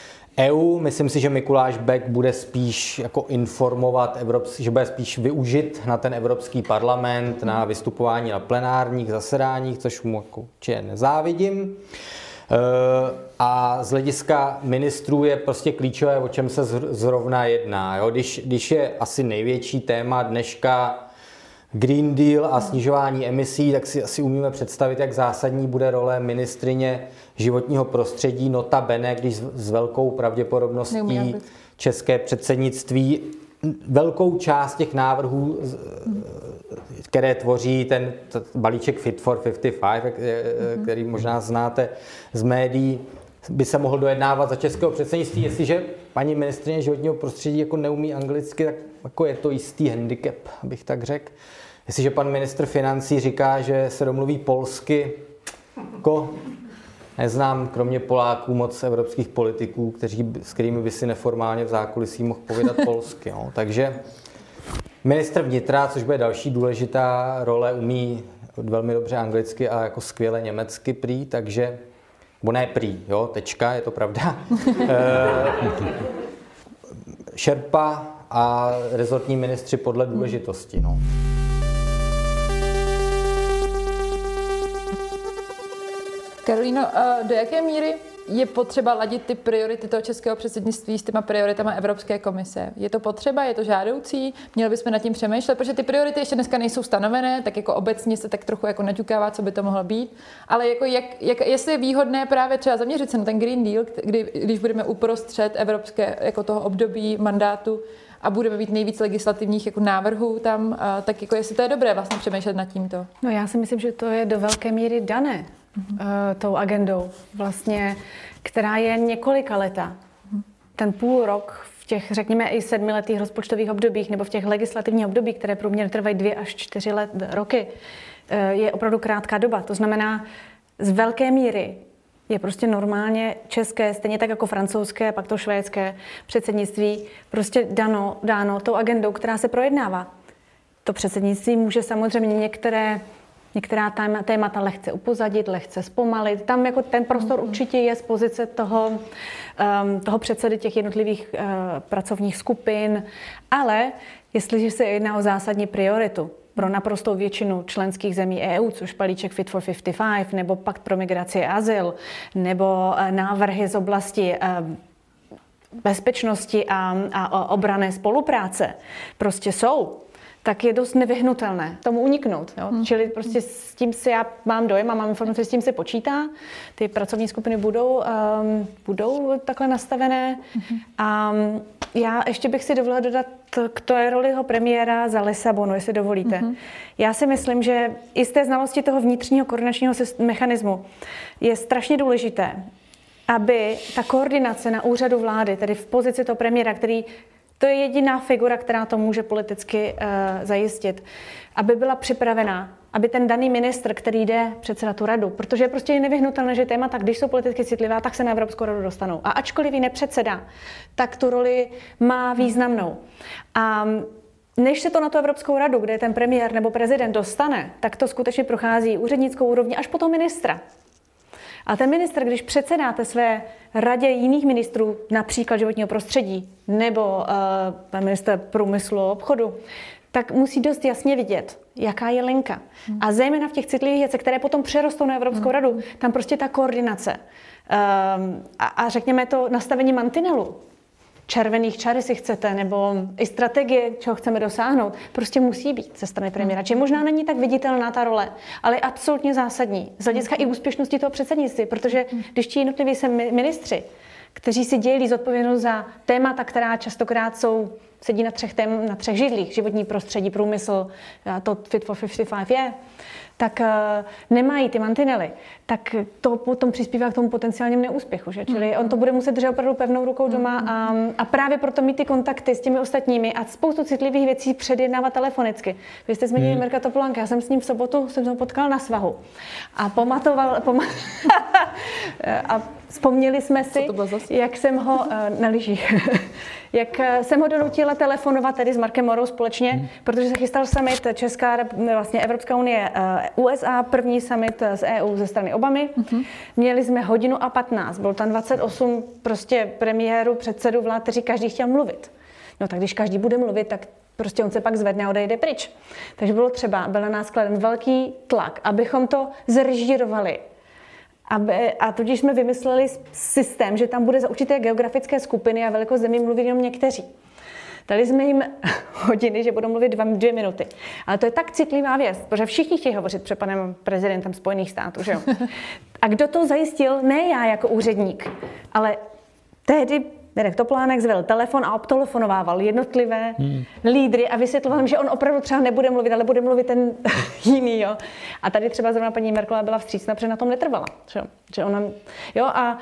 E U. Myslím si, že Mikuláš Bek bude spíš jako informovat, evropský, že bude spíš využit na ten Evropský parlament, na vystupování na plenárních zasedáních, což mu jako určitě nezávidím. A z hlediska ministrů je prostě klíčové, o čem se zrovna jedná. Jo? Když, když je asi největší téma dneška Green Deal a snižování emisí, tak si asi umíme představit, jak zásadní bude role ministryně životního prostředí, nota bene, když s velkou pravděpodobností české předsednictví velkou část těch návrhů, které tvoří ten balíček Fit for padesát pět, který možná znáte z médií, by se mohl dojednávat za českého předsednictví. Jestliže paní ministryně životního prostředí jako neumí anglicky, tak jako je to jistý handicap, bych tak řekl. Jestliže pan ministr financí říká, že se domluví polsky, jako neznám kromě Poláků moc evropských politiků, kteří, s kterými by si neformálně v zákulisí mohl povědat polsky. No. Takže ministr vnitra, což bude další důležitá role, umí velmi dobře anglicky a jako skvěle německy prý, takže, bo ne prý, jo, tečka, je to pravda. Šerpa a rezortní ministři podle důležitosti. No. Karolíno, do jaké míry je potřeba ladit ty priority toho českého předsednictví s těma prioritama Evropské komise? Je to potřeba, je to žádoucí? Měli bychom nad tím přemýšlet, protože ty priority ještě dneska nejsou stanovené, tak jako obecně se tak trochu jako naťukává, co by to mohlo být. Ale jako jak, jak, jestli je výhodné právě třeba zaměřit se na ten Green Deal, kdy, když budeme uprostřed evropské jako toho období mandátu a budeme mít nejvíc legislativních jako návrhů tam, tak jako jestli to je dobré vlastně přemýšlet nad tímto. No já si myslím, že to je do velké míry dané. Uh, tou agendou, vlastně, která je několika leta. Ten půl rok v těch, řekněme, i sedmiletých rozpočtových obdobích nebo v těch legislativních obdobích, které průměrně trvají dvě až čtyři let, roky, uh, je opravdu krátká doba. To znamená, z velké míry je prostě normálně české, stejně tak jako francouzské, pak to švédské předsednictví, prostě dano, dáno tou agendou, která se projednává. To předsednictví může samozřejmě některé Některá témata lehce upozadit, lehce zpomalit. Tam jako ten prostor určitě je z pozice toho, um, toho předsedy těch jednotlivých uh, pracovních skupin, ale jestliže se jedná o zásadní prioritu pro naprostou většinu členských zemí E U, což balíček Fit for padesát pět, nebo Pakt pro migraci a azyl, nebo uh, návrhy z oblasti uh, bezpečnosti a, a obranné spolupráce, prostě jsou, tak je dost nevyhnutelné tomu uniknout. Jo? Hmm. Čili prostě s tím si já mám dojem a mám informaci, s tím se počítá. Ty pracovní skupiny budou, um, budou takhle nastavené. Hmm. A Já ještě bych si dovolila dodat k té roliho premiéra za Lisabonu, jestli dovolíte. Mm-hmm. Já si myslím, že i z té znalosti toho vnitřního koordinačního mechanismu je strašně důležité, aby ta koordinace na úřadu vlády, tedy v pozici toho premiéra, který to je jediná figura, která to může politicky uh, zajistit, aby byla připravená, aby ten daný ministr, který jde předsedat tu radu, protože je prostě nevyhnutelné, že témata, když jsou politicky citlivá, tak se na Evropskou radu dostanou. A ačkoliv ji nepředsedá, tak tu roli má významnou. A než se to na tu Evropskou radu, kde je ten premiér nebo prezident dostane, tak to skutečně prochází úřednickou úrovni až po toho ministra. A ten ministr, když předsedáte své radě jiných ministrů, například životního prostředí nebo uh, ministr průmyslu a obchodu, tak musí dost jasně vidět, jaká je linka. Hmm. A zejména v těch citlivých věcech, které potom přerostou na Evropskou hmm. radu, tam prostě ta koordinace um, a, a řekněme to nastavení mantinelu, červených čar, jestli chcete, nebo i strategie, čeho chceme dosáhnout, prostě musí být ze strany premiéra. Čiže možná není tak viditelná ta role, ale je absolutně zásadní z hlediska i úspěšnosti toho předsednictví, protože když ti jednotliví se ministři, kteří si dělí zodpovědnost za témata, která častokrát jsou, sedí na třech, tém, na třech židlích, životní prostředí, průmysl, to Fit for padesát pět je, tak uh, nemají ty mantinely, tak to potom přispívá k tomu potenciálnímu neúspěchu. Že? Čili on to bude muset držet opravdu pevnou rukou doma a, a právě proto mít ty kontakty s těmi ostatními a spoustu citlivých věcí předjednávat telefonicky. Vy jste zmínili Mirka Topolánka, já jsem s ním v sobotu jsem ho potkal na svahu a pamatoval, pom- a vzpomněli jsme si, jak jsem ho na lyžích, jak jsem ho donutila telefonovat tedy s Markem Morou společně, hmm. protože se chystal summit Česká, vlastně Evropská unie, U S A, první summit z E U ze strany Obamy. Hmm. Měli jsme hodinu a patnáct, bylo tam dvacet osm prostě premiérů, předsedů vlád, kteří každý chtěl mluvit. No tak když každý bude mluvit, tak prostě on se pak zvedne a odejde pryč. Takže bylo třeba, byl na nás kladen velký tlak, abychom to zrežírovali. Aby, a tudíž jsme vymysleli systém, že tam bude za určité geografické skupiny a velikost zemí mluvit jenom někteří. Dali jsme jim hodiny, že budou mluvit dva, dvě minuty. Ale to je tak citlivá věc, protože všichni chtějí hovořit před panem prezidentem Spojených států. Že jo? A kdo to zajistil? Ne já jako úředník, ale tehdy Mirek Topolánek zvedl telefon a obtelefonovával jednotlivé hmm. lídry a vysvětloval jim, že on opravdu třeba nebude mluvit, ale bude mluvit ten jiný. Jo? A tady třeba zrovna paní Merkelová byla vstřícná, protože na tom netrvala. Že, že ona, jo? A,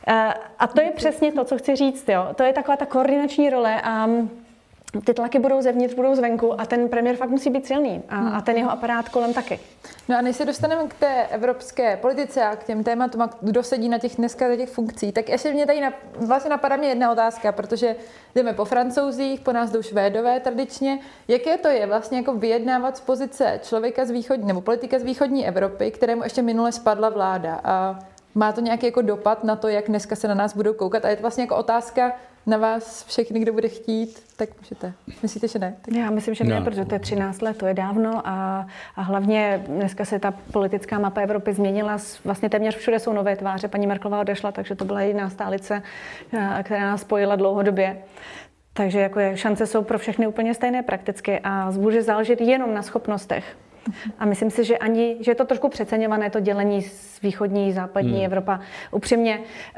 a to je přesně to, co chci říct. Jo? To je taková ta koordinační role a ty tlaky budou zevnitř, budou zvenku a ten premiér fakt musí být silný a, a ten jeho aparát kolem taky. No a než se dostaneme k té evropské politice a k těm tématům, kdo sedí na těch dneska na těch funkcí, tak ještě mě tady na, vlastně napadá mě jedna otázka, protože jdeme po Francouzích, po nás jdou Švédové tradičně. Jaké to je vlastně jako vyjednávat z pozice člověka z východní, nebo politika z východní Evropy, kterému ještě minule spadla vláda? A má to nějaký jako dopad na to, jak dneska se na nás budou koukat? A je to vlastně jako otázka na vás všechny, kdo bude chtít, tak můžete. Myslíte, že ne? Tak... Já myslím, že ne, no. Protože to je třináct let, to je dávno a, a hlavně dneska se ta politická mapa Evropy změnila. Vlastně téměř všude jsou nové tváře. Paní Merkelová odešla, takže to byla jediná stálice, která nás spojila dlouhodobě. Takže jako je, šance jsou pro všechny úplně stejné prakticky a bude záležet jenom na schopnostech. A myslím si, že ani, že je to trošku přeceňované, to dělení z východní, západní hmm. Evropa. Upřímně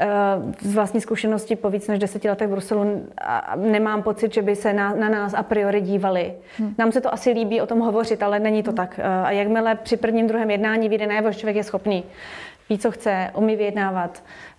z vlastní zkušenosti po víc než deseti letech v Bruselu nemám pocit, že by se na, na nás a priori dívali. Hmm. Nám se to asi líbí o tom hovořit, ale není to hmm. tak. A jakmile při prvním, druhém jednání vyjde najevo, že člověk je schopný, ví, co chce, umí vyjednávat,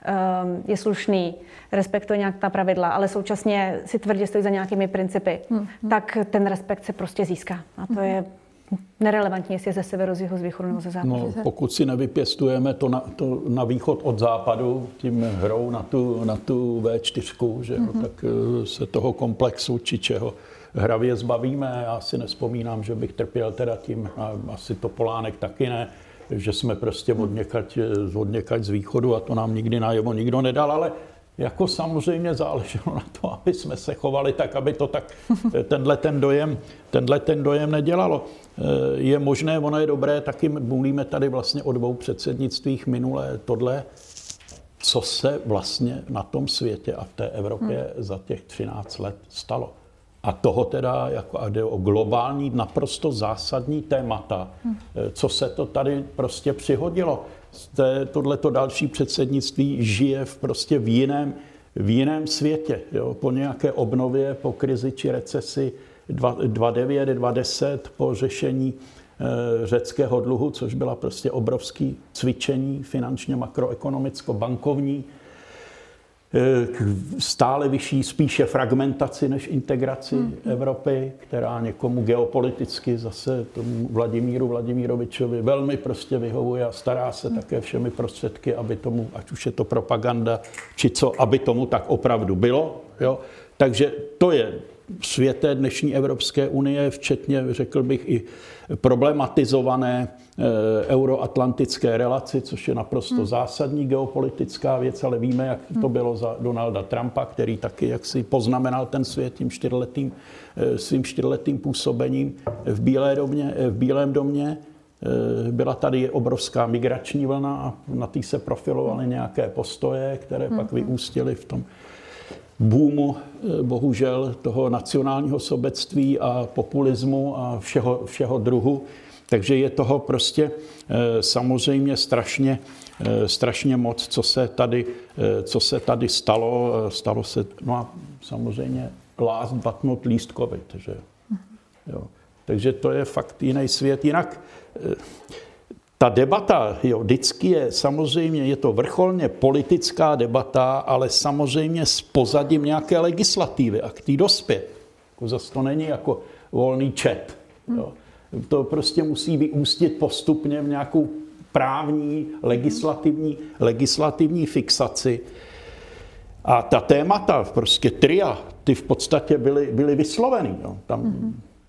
je slušný, respektuje nějak ta pravidla, ale současně si tvrdě stojí za nějakými principy, hmm. tak ten respekt se prostě získá. A to je nerelevantní, jestli je ze severu, z jihu, z východu nebo ze západu. No, pokud si nevypěstujeme to na, to na východ od západu, tím hrou na tu, na tu vé čtyři, že, mm-hmm. tak se toho komplexu či čeho hravě zbavíme. Já si nevzpomínám, že bych trpěl teda tím, a asi Topolánek taky ne, že jsme prostě odněkať, odněkať z východu a to nám nikdy najevo nikdo nedal, ale jako samozřejmě záleželo na to, aby jsme se chovali tak, aby to tak tenhle ten dojem, tenhle ten dojem nedělalo. Je možné, ono je dobré, taky mluvíme tady vlastně o dvou předsednictvích minulé tohle, co se vlastně na tom světě a v té Evropě hmm. za těch třináct let stalo. A toho teda, jako a jde o globální, naprosto zásadní témata, hmm. co se to tady prostě přihodilo. Tohleto další předsednictví žije v prostě v jiném, v jiném světě. Jo? Po nějaké obnově, po krizi či recesi dva devět, dva deset, po řešení e, řeckého dluhu, což byla prostě obrovské cvičení finančně, makroekonomicko-bankovní, e, stále vyšší spíše fragmentaci než integraci hmm. Evropy, která někomu geopoliticky zase tomu Vladimíru Vladimirovičovi velmi prostě vyhovuje a stará se hmm. také všemi prostředky, aby tomu, ať už je to propaganda, či co, aby tomu tak opravdu bylo. Jo? Takže to je svět té dnešní Evropské unie, včetně, řekl bych, i problematizované e, euroatlantické relaci, což je naprosto hmm. zásadní geopolitická věc, ale víme, jak to bylo za Donalda Trumpa, který taky jaksi poznamenal ten svět tím čtyřletým, e, svým čtyřletým působením v, Bílé domě, v Bílém domě. E, byla tady obrovská migrační vlna a na té se profilovaly nějaké postoje, které hmm. pak vyústily v tom boomu, bohužel, toho nacionálního sobectví a populismu a všeho, všeho druhu. Takže je toho prostě samozřejmě strašně, strašně moc, co se tady, co se tady stalo. Stalo se, no a samozřejmě last but not least covid. Že? Jo. Takže to je fakt jiný svět. Jinak ta debata, jo, vždycky je samozřejmě, je to vrcholně politická debata, ale samozřejmě s pozadím nějaké legislativy a k té dospět. Jako zase to není jako volný chat. Jo. To prostě musí vyústit postupně v nějakou právní, legislativní, legislativní fixaci. A ta témata, prostě tria, ty v podstatě byly, byly vysloveny. Jo. Tam mm-hmm.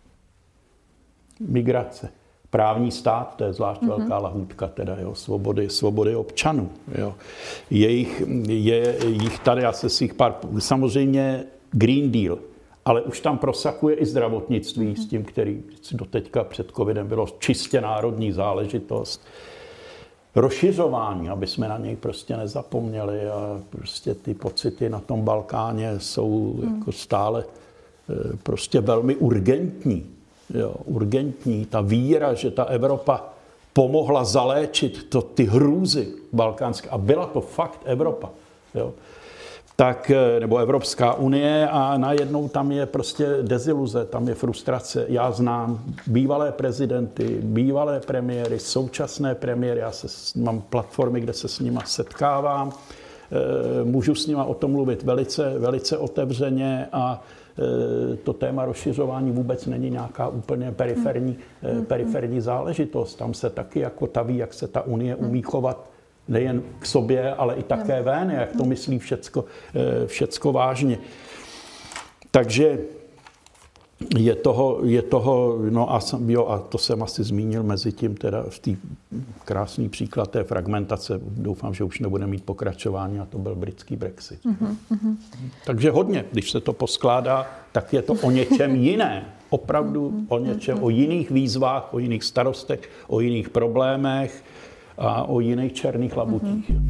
migrace. Právní stát, to je zvlášť mm-hmm. velká lahůdka, teda, jo, svobody, svobody občanů. Jo. Je jich, je jich tady asi svých pár, samozřejmě Green Deal, ale už tam prosakuje i zdravotnictví mm-hmm. s tím, který doteďka před covidem bylo čistě národní záležitost. Rozšiřování, aby jsme na něj prostě nezapomněli a prostě ty pocity na tom Balkáně jsou mm. jako stále prostě velmi urgentní. Jo, urgentní, ta víra, že ta Evropa pomohla zaléčit to, ty hrůzy balkánské. A byla to fakt Evropa. Jo. Tak, nebo Evropská unie a najednou tam je prostě deziluze, tam je frustrace. Já znám bývalé prezidenty, bývalé premiéry, současné premiéry. Já se, mám platformy, kde se s nima setkávám. Můžu s nima o tom mluvit velice, velice otevřeně a to téma rozšiřování vůbec není nějaká úplně periferní, hmm. periferní záležitost. Tam se taky jako taví, jak se ta unie umí chovat nejen k sobě, ale i také ven, jak to myslí všecko, všecko vážně. Takže je toho, je toho, no a, jo, a to jsem asi zmínil mezi tím, teda v té krásný příklad té fragmentace, doufám, že už nebude mít pokračování, a to byl britský Brexit. Mm-hmm. Takže hodně, když se to poskládá, tak je to o něčem jiném. Opravdu o něčem, o jiných výzvách, o jiných starostech, o jiných problémech a o jiných černých labutích. Mm-hmm.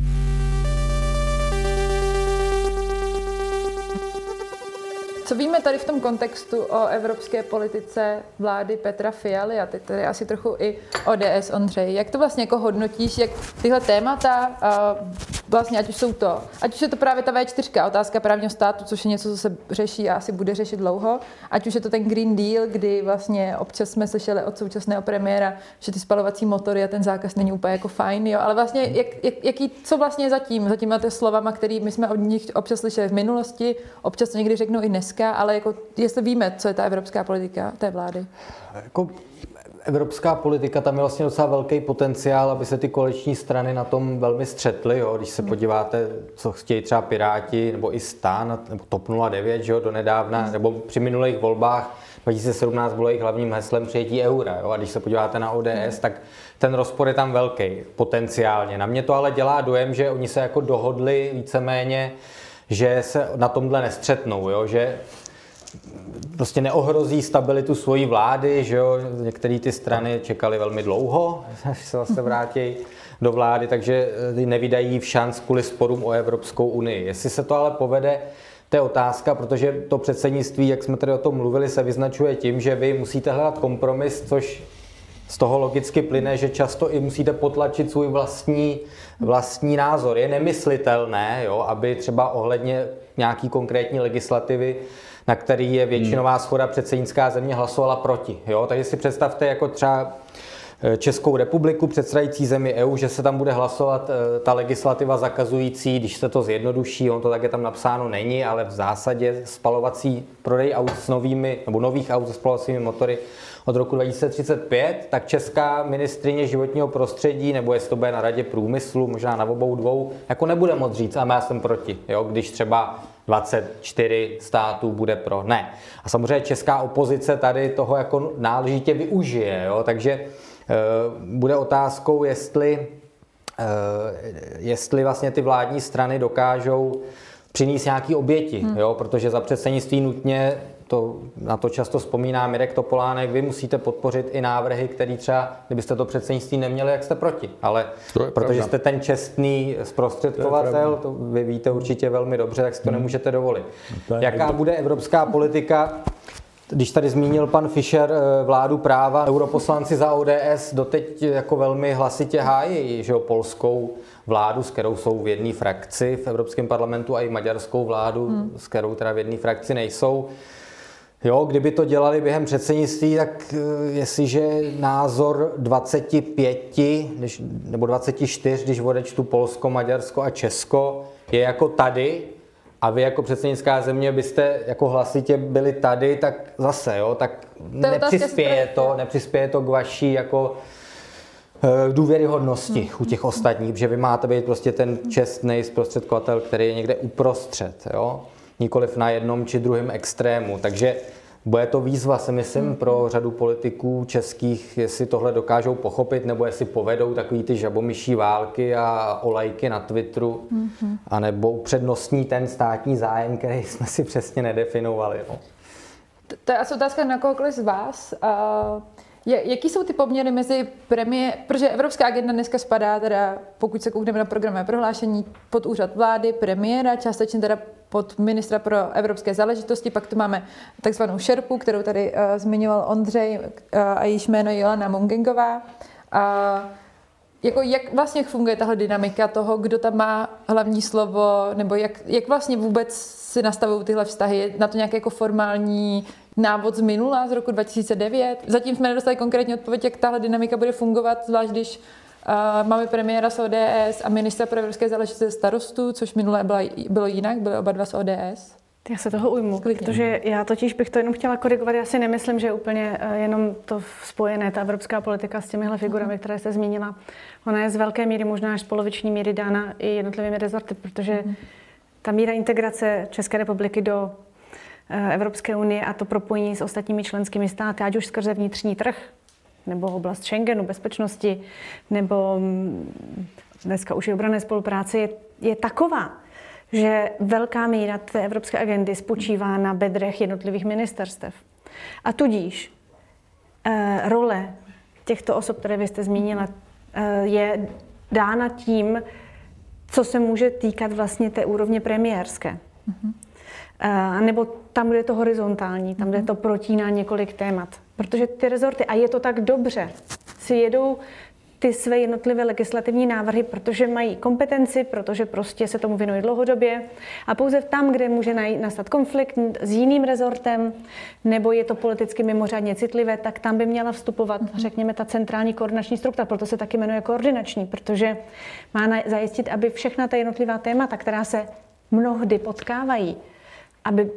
Co víme tady v tom kontextu o evropské politice vlády Petra Fialy a teď tady asi trochu i O D S, Ondřej? Jak to vlastně jako hodnotíš, jak tyhle témata, vlastně ať už jsou to, ať už je to právě ta vé čtyři, otázka právního státu, což je něco, co se řeší a asi bude řešit dlouho, ať už je to ten Green Deal, kdy vlastně občas jsme slyšeli od současného premiéra, že ty spalovací motory a ten zákaz není úplně jako fajn, jo, ale vlastně jak, jak, jaký, co vlastně je zatím, zatím ty slovama, který my jsme od nich občas slyšeli v minulosti, občas to někdy řeknou i dneska, ale jako, jestli víme, co je ta evropská politika té vlády? Jako evropská politika, tam je vlastně docela velký potenciál, aby se ty koaliční strany na tom velmi střetly. Jo? Když se podíváte, co chtějí třeba Piráti, nebo i STAN, nebo TOP nula devět, že jo, donedávna, nebo při minulých volbách dva tisíce sedmnáct bylo jejich hlavním heslem přijetí eura. Jo? A když se podíváte na O D S, tak ten rozpor je tam velký, potenciálně. Na mě to ale dělá dojem, že oni se jako dohodli víceméně, že se na tomhle nestřetnou, jo? Že prostě neohrozí stabilitu svojí vlády, že jo? Některé ty strany čekaly velmi dlouho, až se zase vrátí do vlády, takže nevydají v šanc kvůli sporům o Evropskou unii. Jestli se to ale povede, to je otázka, protože to předsednictví, jak jsme tady o tom mluvili, se vyznačuje tím, že vy musíte hledat kompromis, což z toho logicky plyne, že často i musíte potlačit svůj vlastní, vlastní názor. Je nemyslitelné, jo, aby třeba ohledně nějaký konkrétní legislativy, na který je většinová shoda, předsednická země hlasovala proti. Jo? Takže si představte jako třeba Českou republiku, předsedající zemi E U, že se tam bude hlasovat ta legislativa zakazující, když se to zjednoduší, on to také tam napsáno není, ale v zásadě spalovací prodej aut s novými, nebo nových aut se spalovacími motory od roku dva tisíce třicet pět, tak česká ministryně životního prostředí, nebo jestli to bude na Radě průmyslu, možná na obou dvou, jako nebude moc říct, a já jsem proti, jo? Když třeba dvacet čtyři států bude pro. Ne. A samozřejmě česká opozice tady toho jako náležitě využije, jo? Takže e, bude otázkou, jestli, e, jestli vlastně ty vládní strany dokážou přinést nějaký oběti, hmm. jo? Protože za předsednictví nutně, to, na to často vzpomíná Mirek Topolánek, vy musíte podpořit i návrhy, které třeba, kdybyste to předsednictví neměli, jak jste proti. Ale protože pravda. Jste ten čestný zprostředkovatel, to, to vy víte určitě velmi dobře, tak si to hmm. nemůžete dovolit. No jaká bude evropská politika? Když tady zmínil pan Fischer vládu práva, europoslanci za O D S doteď jako velmi hlasitě hájí, že jo, polskou vládu, s kterou jsou v jedné frakci v Evropském parlamentu, a i maďarskou vládu, hmm. s kterou teda v jedné frakci nejsou. Jo, kdyby to dělali během předsednictví, tak jestliže názor dvacet pět když, nebo dvacet čtyři, když odečtu Polsko, Maďarsko a Česko, je jako tady, a vy jako předsednická země byste jako hlasitě byli tady, tak zase, jo, tak nepřispěje to, nepřispěje to k vaší jako důvěryhodnosti hmm. u těch ostatních, protože vy máte být prostě ten čestný zprostředkovatel, který je někde uprostřed, jo, nikoliv na jednom či druhém extrému, takže bude to výzva, si myslím, hmm. pro řadu politiků českých, jestli tohle dokážou pochopit, nebo jestli povedou takový ty žabomyší války a olajky na Twitteru, hmm. anebo upřednostní ten státní zájem, který jsme si přesně nedefinovali. No. To je asi otázka na kohokoliv z vás. Uh... Jaký jsou ty poměry mezi premiér, protože evropská agenda dneska spadá, teda, pokud se koukneme na programové prohlášení, pod úřad vlády, premiéra, částečně teda pod ministra pro evropské záležitosti, pak tu máme takzvanou šerpu, kterou tady uh, zmiňoval Ondřej, uh, a jejíž jméno je Jolana Mongengová. Uh, jako jak vlastně funguje tahle dynamika toho, kdo tam má hlavní slovo, nebo jak, jak vlastně vůbec si nastavují tyhle vztahy? Je na to nějaké jako formální návod z minula, z roku dva tisíce devět? Zatím jsme nedostali konkrétní odpověď, jak tahle dynamika bude fungovat, zvlášť když uh, máme premiéra z O D S a ministra pro evropské záležitosti Starostů, což minule byla, bylo jinak, byly oba dva z O D S. Já se toho ujmu, protože já totiž bych to jenom chtěla korigovat. Já si nemyslím, že úplně jenom to spojené, ta evropská politika s těmihle figurami, které jste zmínila. Ona je z velké míry, možná až z poloviční míry dána i jednotlivými rezorty, protože ta míra integrace České republiky do Evropské unie a to propojení s ostatními členskými státy, ať už skrze vnitřní trh, nebo oblast Schengenu, bezpečnosti, nebo dneska už i obranné spolupráce, je, je taková, že velká míra té evropské agendy spočívá na bedrech jednotlivých ministerstev. A tudíž e, role těchto osob, které vy jste zmínila, e, je dána tím, co se může týkat vlastně té úrovně premiérské. Mm-hmm. E, nebo tam, kde je to horizontální, tam, kde to protíná několik témat. Protože ty rezorty, a je to tak dobře, si jedou ty své jednotlivé legislativní návrhy, protože mají kompetenci, protože prostě se tomu věnují dlouhodobě a pouze tam, kde může nastat konflikt s jiným rezortem, nebo je to politicky mimořádně citlivé, tak tam by měla vstupovat, řekněme, ta centrální koordinační struktura, proto se taky jmenuje koordinační, protože má zajistit, aby všechna ta jednotlivá témata, která se mnohdy potkávají, aby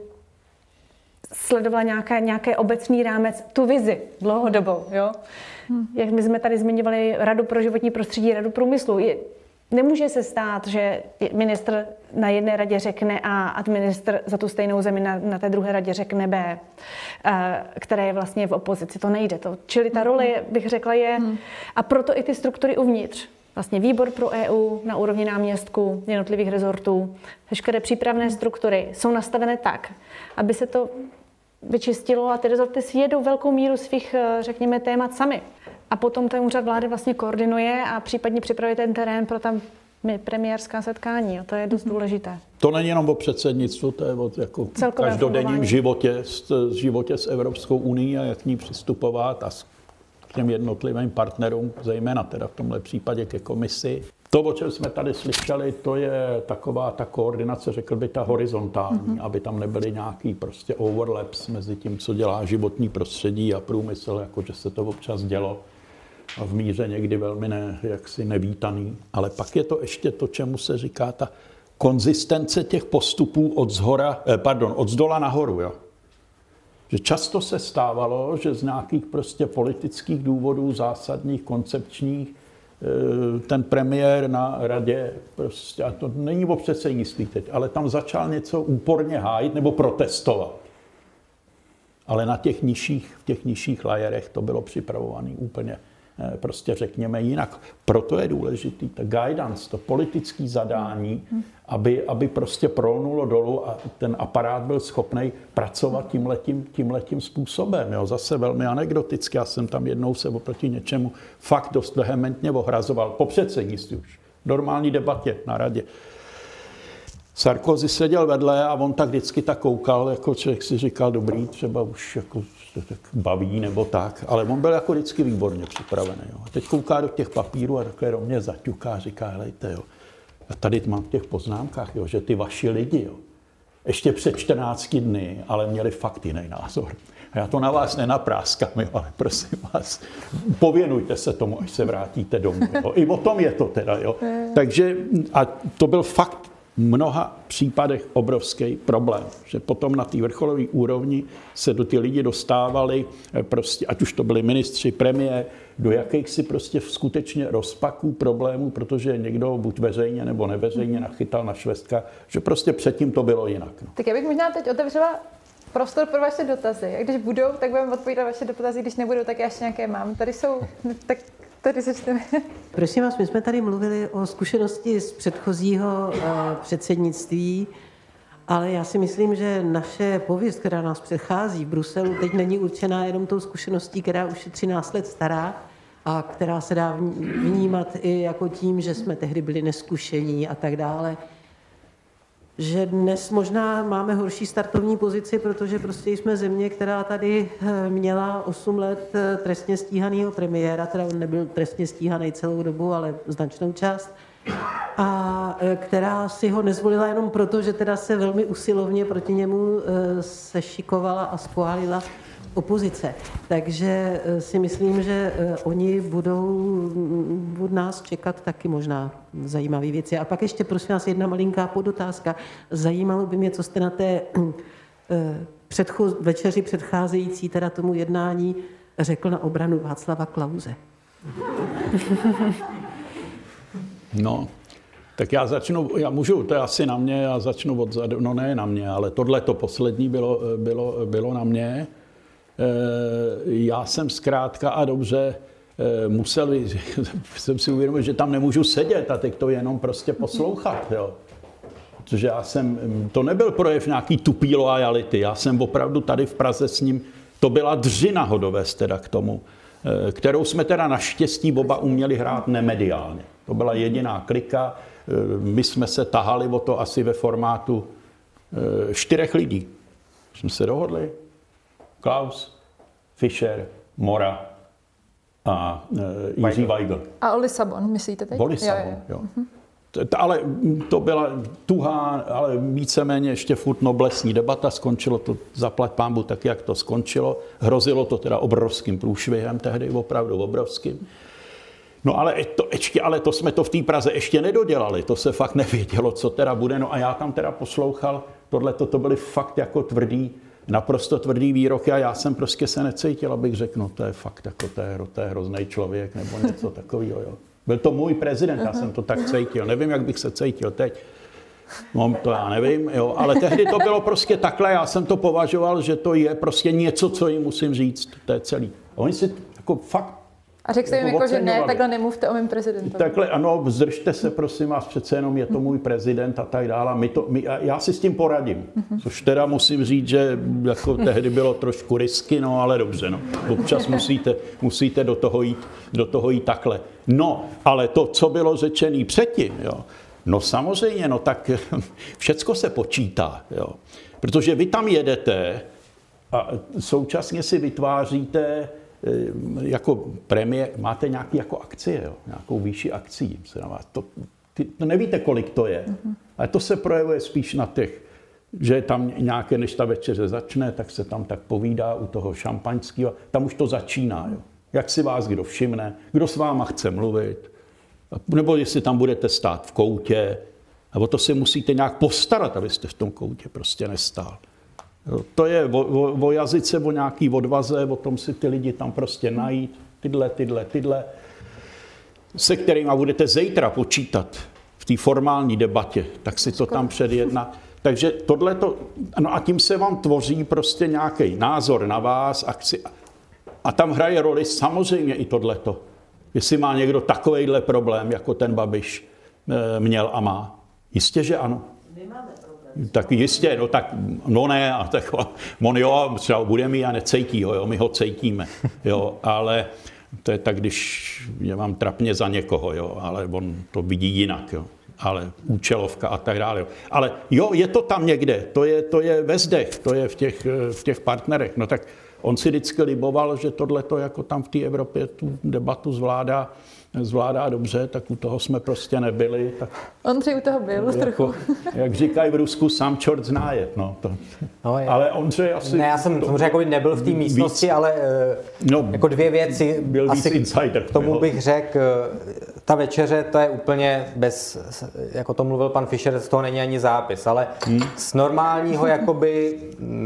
sledovala nějaké, nějaké obecný rámec, tu vizi dlouhodobou, jo? Hmm. Jak my jsme tady zmiňovali Radu pro životní prostředí, Radu průmyslu. Je, nemůže se stát, že ministr na jedné radě řekne A a ministr za tu stejnou zemi na, na té druhé radě řekne B, které je vlastně v opozici. To nejde. To. Čili ta role, bych řekla, je... Hmm. A proto i ty struktury uvnitř. Vlastně výbor pro E U na úrovni náměstků, jednotlivých rezortů, veškeré přípravné struktury jsou nastavené tak, aby se to vyčistilo a ty rezorty si jedou velkou míru svých, řekněme, témat sami. A potom ten úřad vlády vlastně koordinuje a případně připravuje ten terén pro tam premiérská setkání. A to je dost důležité. To není jenom o předsednictvu, to je o jako každodenním životě, životě s Evropskou unií a jak k ní přistupovat a k těm jednotlivým partnerům, zejména teda v tomhle případě ke komisi. To, o čem jsme tady slyšeli, to je taková ta koordinace, řekl by ta horizontální, mm-hmm. aby tam nebyly nějaký prostě overlaps mezi tím, co dělá životní prostředí a průmysl, jakože se to občas dělo a v míře někdy velmi ne, jaksi nevítaný. Ale pak je to ještě to, čemu se říká ta konzistence těch postupů od zhora, eh, pardon, od zdola nahoru, jo. Že často se stávalo, že z nějakých prostě politických důvodů, zásadních, koncepčních, ten premiér na radě, prostě, a to není o předsednictví teď, ale tam začal něco úporně hájit nebo protestovat. Ale na těch nižších, v těch nižších lajerech to bylo připravované úplně, prostě řekněme jinak. Proto je důležitý ta guidance, to politické zadání, aby, aby prostě prolnulo dolů a ten aparát byl schopný pracovat tímhletím, tímhletím způsobem. Jo. Zase velmi anekdoticky, já jsem tam jednou se oproti něčemu fakt dost vehementně ohrazoval, po předsednictví už, v normální debatě na radě. Sarkozy seděl vedle a on tak vždycky tak koukal, jako člověk si říkal, dobrý, třeba už jako tak baví nebo tak, ale on byl jako vždycky výborně připravený. Jo. A teď kouká do těch papírů a takhle do mě zaťuká a říká, helejte, jo, a tady mám v těch poznámkách, jo, že ty vaši lidi, jo, ještě před čtrnácti dny, ale měli fakt jiný názor. A já to na vás nenapráskám, jo, ale prosím vás, pověnujte se tomu, až se vrátíte domů. Jo. I o tom je to teda. Jo. Takže a to byl fakt v mnoha případech obrovský problém, že potom na té vrcholové úrovni se do ty lidi dostávali, prostě, ať už to byli ministři, premiér, do jakýchsi prostě skutečně rozpaků problémů, protože někdo buď veřejně nebo neveřejně nachytal na švestka, že prostě předtím to bylo jinak. No. Tak já bych možná teď otevřela prostor pro vaše dotazy. A když budou, tak budeme odpovídat vaše dotazy, když nebudou, tak já ještě nějaké mám. Tady jsou, tak tady začneme. Prosím vás, my jsme tady mluvili o zkušenosti z předchozího uh, předsednictví, ale já si myslím, že naše pověst, která nás předchází v Bruselu, teď není určená jenom tou zkušeností, která už je třináct let stará a která se dá vnímat i jako tím, že jsme tehdy byli neskušení a tak dále. Že dnes možná máme horší startovní pozici, protože prostě jsme země, která tady měla osm let trestně stíhanýho premiéra, teda on nebyl trestně stíhaný celou dobu, ale značnou část, a která si ho nezvolila jenom proto, že teda se velmi usilovně proti němu sešikovala a schválila opozice. Takže si myslím, že oni budou od nás čekat taky možná zajímavé věci. A pak ještě prosím vás jedna malinká podotázka. Zajímalo by mě, co jste na té předcho- večeři předcházející teda tomu jednání řekl na obranu Václava Klause. No, tak já začnu, já můžu, to je asi na mě, já začnu odzadu, no ne na mě, ale tohle to poslední bylo, bylo, bylo na mě. Já jsem zkrátka a dobře musel, jsem si uvědomil, že tam nemůžu sedět a teď to jenom prostě poslouchat, jo. Protože já jsem, to nebyl projev nějaký tupý loajality, já jsem opravdu tady v Praze s ním, to byla dřina ho dovést teda k tomu, kterou jsme teda naštěstí oba uměli hrát nemediálně. To byla jediná klika, my jsme se tahali o to asi ve formátu čtyřech lidí. Jsme se dohodli. Klaus, Fischer, Mora a e, Jiří Weigl. A o Lisabon, myslíte teď? O Lisabon, jo. jo. jo. Mm-hmm. Ale to byla tuhá, ale víceméně ještě furt noblesní debata. Skončilo to zaplať pánbu tak, jak to skončilo. Hrozilo to teda obrovským průšvihem tehdy, opravdu obrovským. No ale to, ještě, ale to jsme to v té Praze ještě nedodělali. To se fakt nevědělo, co teda bude. No a já tam teda poslouchal. Tohle to byly fakt jako tvrdý, naprosto tvrdý výroky a já jsem prostě se necítil, abych řekl, no to je fakt jako, to je, to je hrozný člověk nebo něco takového. Jo. Byl to můj prezident, já jsem to tak cítil. Nevím, jak bych se cítil teď. No, to já nevím, jo, ale tehdy to bylo prostě takhle, já jsem to považoval, že to je prostě něco, co jim musím říct, to je celý. A oni si jako fakt A řekl jste jim jako, že ne, takhle nemluvte o mém prezidentovi. Takhle, ano, zdržte se, prosím vás, přece jenom je to můj prezident a tak dále. My to, my, já si s tím poradím, což teda musím říct, že jako tehdy bylo trošku risky, no ale dobře, no. Občas musíte, musíte do toho jít, do toho jít takhle. No, ale to, co bylo řečený předtím, jo, no samozřejmě, no tak všecko se počítá, jo. Protože vy tam jedete a současně si vytváříte jako premiér, máte nějaký jako akcie, jo? Nějakou výši akcí. Se na vás, to, ty, to nevíte, kolik to je, mm-hmm. ale to se projevuje spíš na těch, že tam nějaké, než ta večeře začne, tak se tam tak povídá u toho šampaňského, tam už to začíná, jo? Jak si vás kdo všimne, kdo s váma chce mluvit, nebo jestli tam budete stát v koutě, nebo to si musíte nějak postarat, abyste v tom koutě prostě nestál. Jo, to je o, o, o jazyce, o nějaký odvaze, o tom si ty lidi tam prostě najít, tyhle, tyhle, tyhle, se kterými budete zítra počítat v té formální debatě, tak si to tam předjedná. Takže tohleto, no a tím se vám tvoří prostě nějaký názor na vás, akci. A tam hraje roli samozřejmě i tohleto. Jestli má někdo takovejhle problém, jako ten Babiš e, měl a má. Jistě, že ano. Nemáme problém. Tak jistě, no tak, no ne, a tak on jo, třeba bude mít a necejtí ho, jo, my ho cejtíme, jo, ale to je tak, když je vám trapně za někoho, jo, ale on to vidí jinak, jo, ale účelovka a tak dále, jo. Ale jo, je to tam někde, to je, to je ve zdech, to je v těch, v těch partnerech, no tak on si vždycky liboval, že tohleto jako tam v té Evropě tu debatu zvládá, zvládá dobře, tak u toho jsme prostě nebyli. Tak Ondřej u toho byl jako, trochu. Jak říkají v Rusku, sám čort zná jet. No, to. No, ale Ondřej asi... Ne, já jsem to, samozřejmě jako nebyl v té místnosti, víc, ale no, jako dvě věci. Byl asi víc insider. K tomu bych řekl, ta večeře, to je úplně bez, jako to mluvil pan Fischer, z toho není ani zápis, ale hmm. z normálního jakoby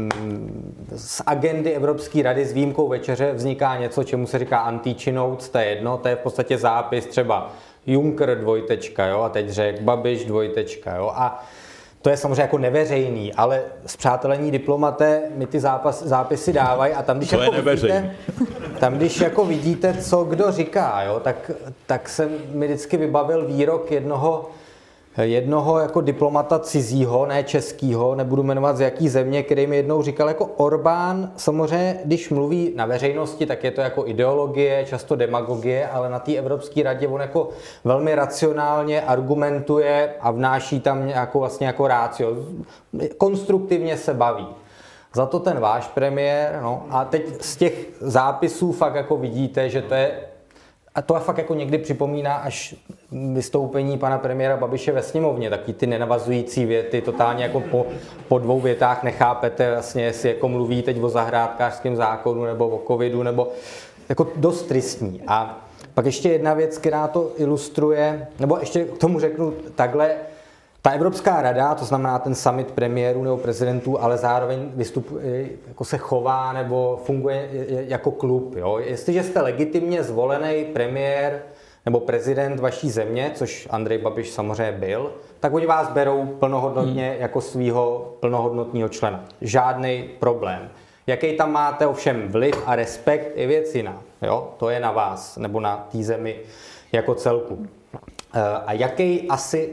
z agendy Evropské rady s výjimkou večeře vzniká něco, čemu se říká anti notes, to je jedno, to je v podstatě zápis třeba Juncker dvojtečka, jo, a teď řekl Babiš dvojtečka, jo, a to je samozřejmě jako neveřejný, ale spřátelení diplomaté mi ty zápas, zápisy dávají a tam, když to jako vidíte, tam, když jako vidíte, co kdo říká, jo, tak, tak se mi vždycky vybavil výrok jednoho jednoho jako diplomata cizího, ne českýho, nebudu jmenovat z jaký země, který mi jednou říkal, jako Orbán, samozřejmě, když mluví na veřejnosti, tak je to jako ideologie, často demagogie, ale na té Evropské radě on jako velmi racionálně argumentuje a vnáší tam nějakou vlastně jako rácio. Konstruktivně se baví. Za to ten váš premiér, no, a teď z těch zápisů fakt jako vidíte, že to je. A to fakt jako někdy připomíná až vystoupení pana premiéra Babiše ve sněmovně, taky ty nenavazující věty, totálně jako po, po dvou větách nechápete vlastně, jestli jako mluví teď o zahrádkářském zákonu nebo o covidu, nebo jako dost tristní. A pak ještě jedna věc, která to ilustruje, nebo ještě k tomu řeknu takhle, ta Evropská rada, to znamená ten summit premiérů nebo prezidentů, ale zároveň vystupuje, jako se chová nebo funguje jako klub. Jo? Jestliže jste legitimně zvolený premiér nebo prezident vaší země, což Andrej Babiš samozřejmě byl, tak oni vás berou plnohodnotně hmm. jako svýho plnohodnotného člena. Žádný problém. Jaký tam máte ovšem vliv a respekt, je věc jiná. Jo? To je na vás nebo na té zemi jako celku. A jaký asi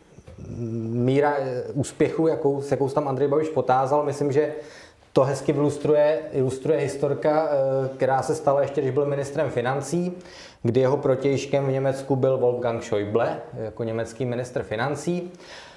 míra úspěchu, jakou, s jakou tam Andrej Babiš potázal, myslím, že to hezky ilustruje, ilustruje historka, která se stala ještě, když byl ministrem financí, kdy jeho protějškem v Německu byl Wolfgang Schäuble, jako německý ministr financí.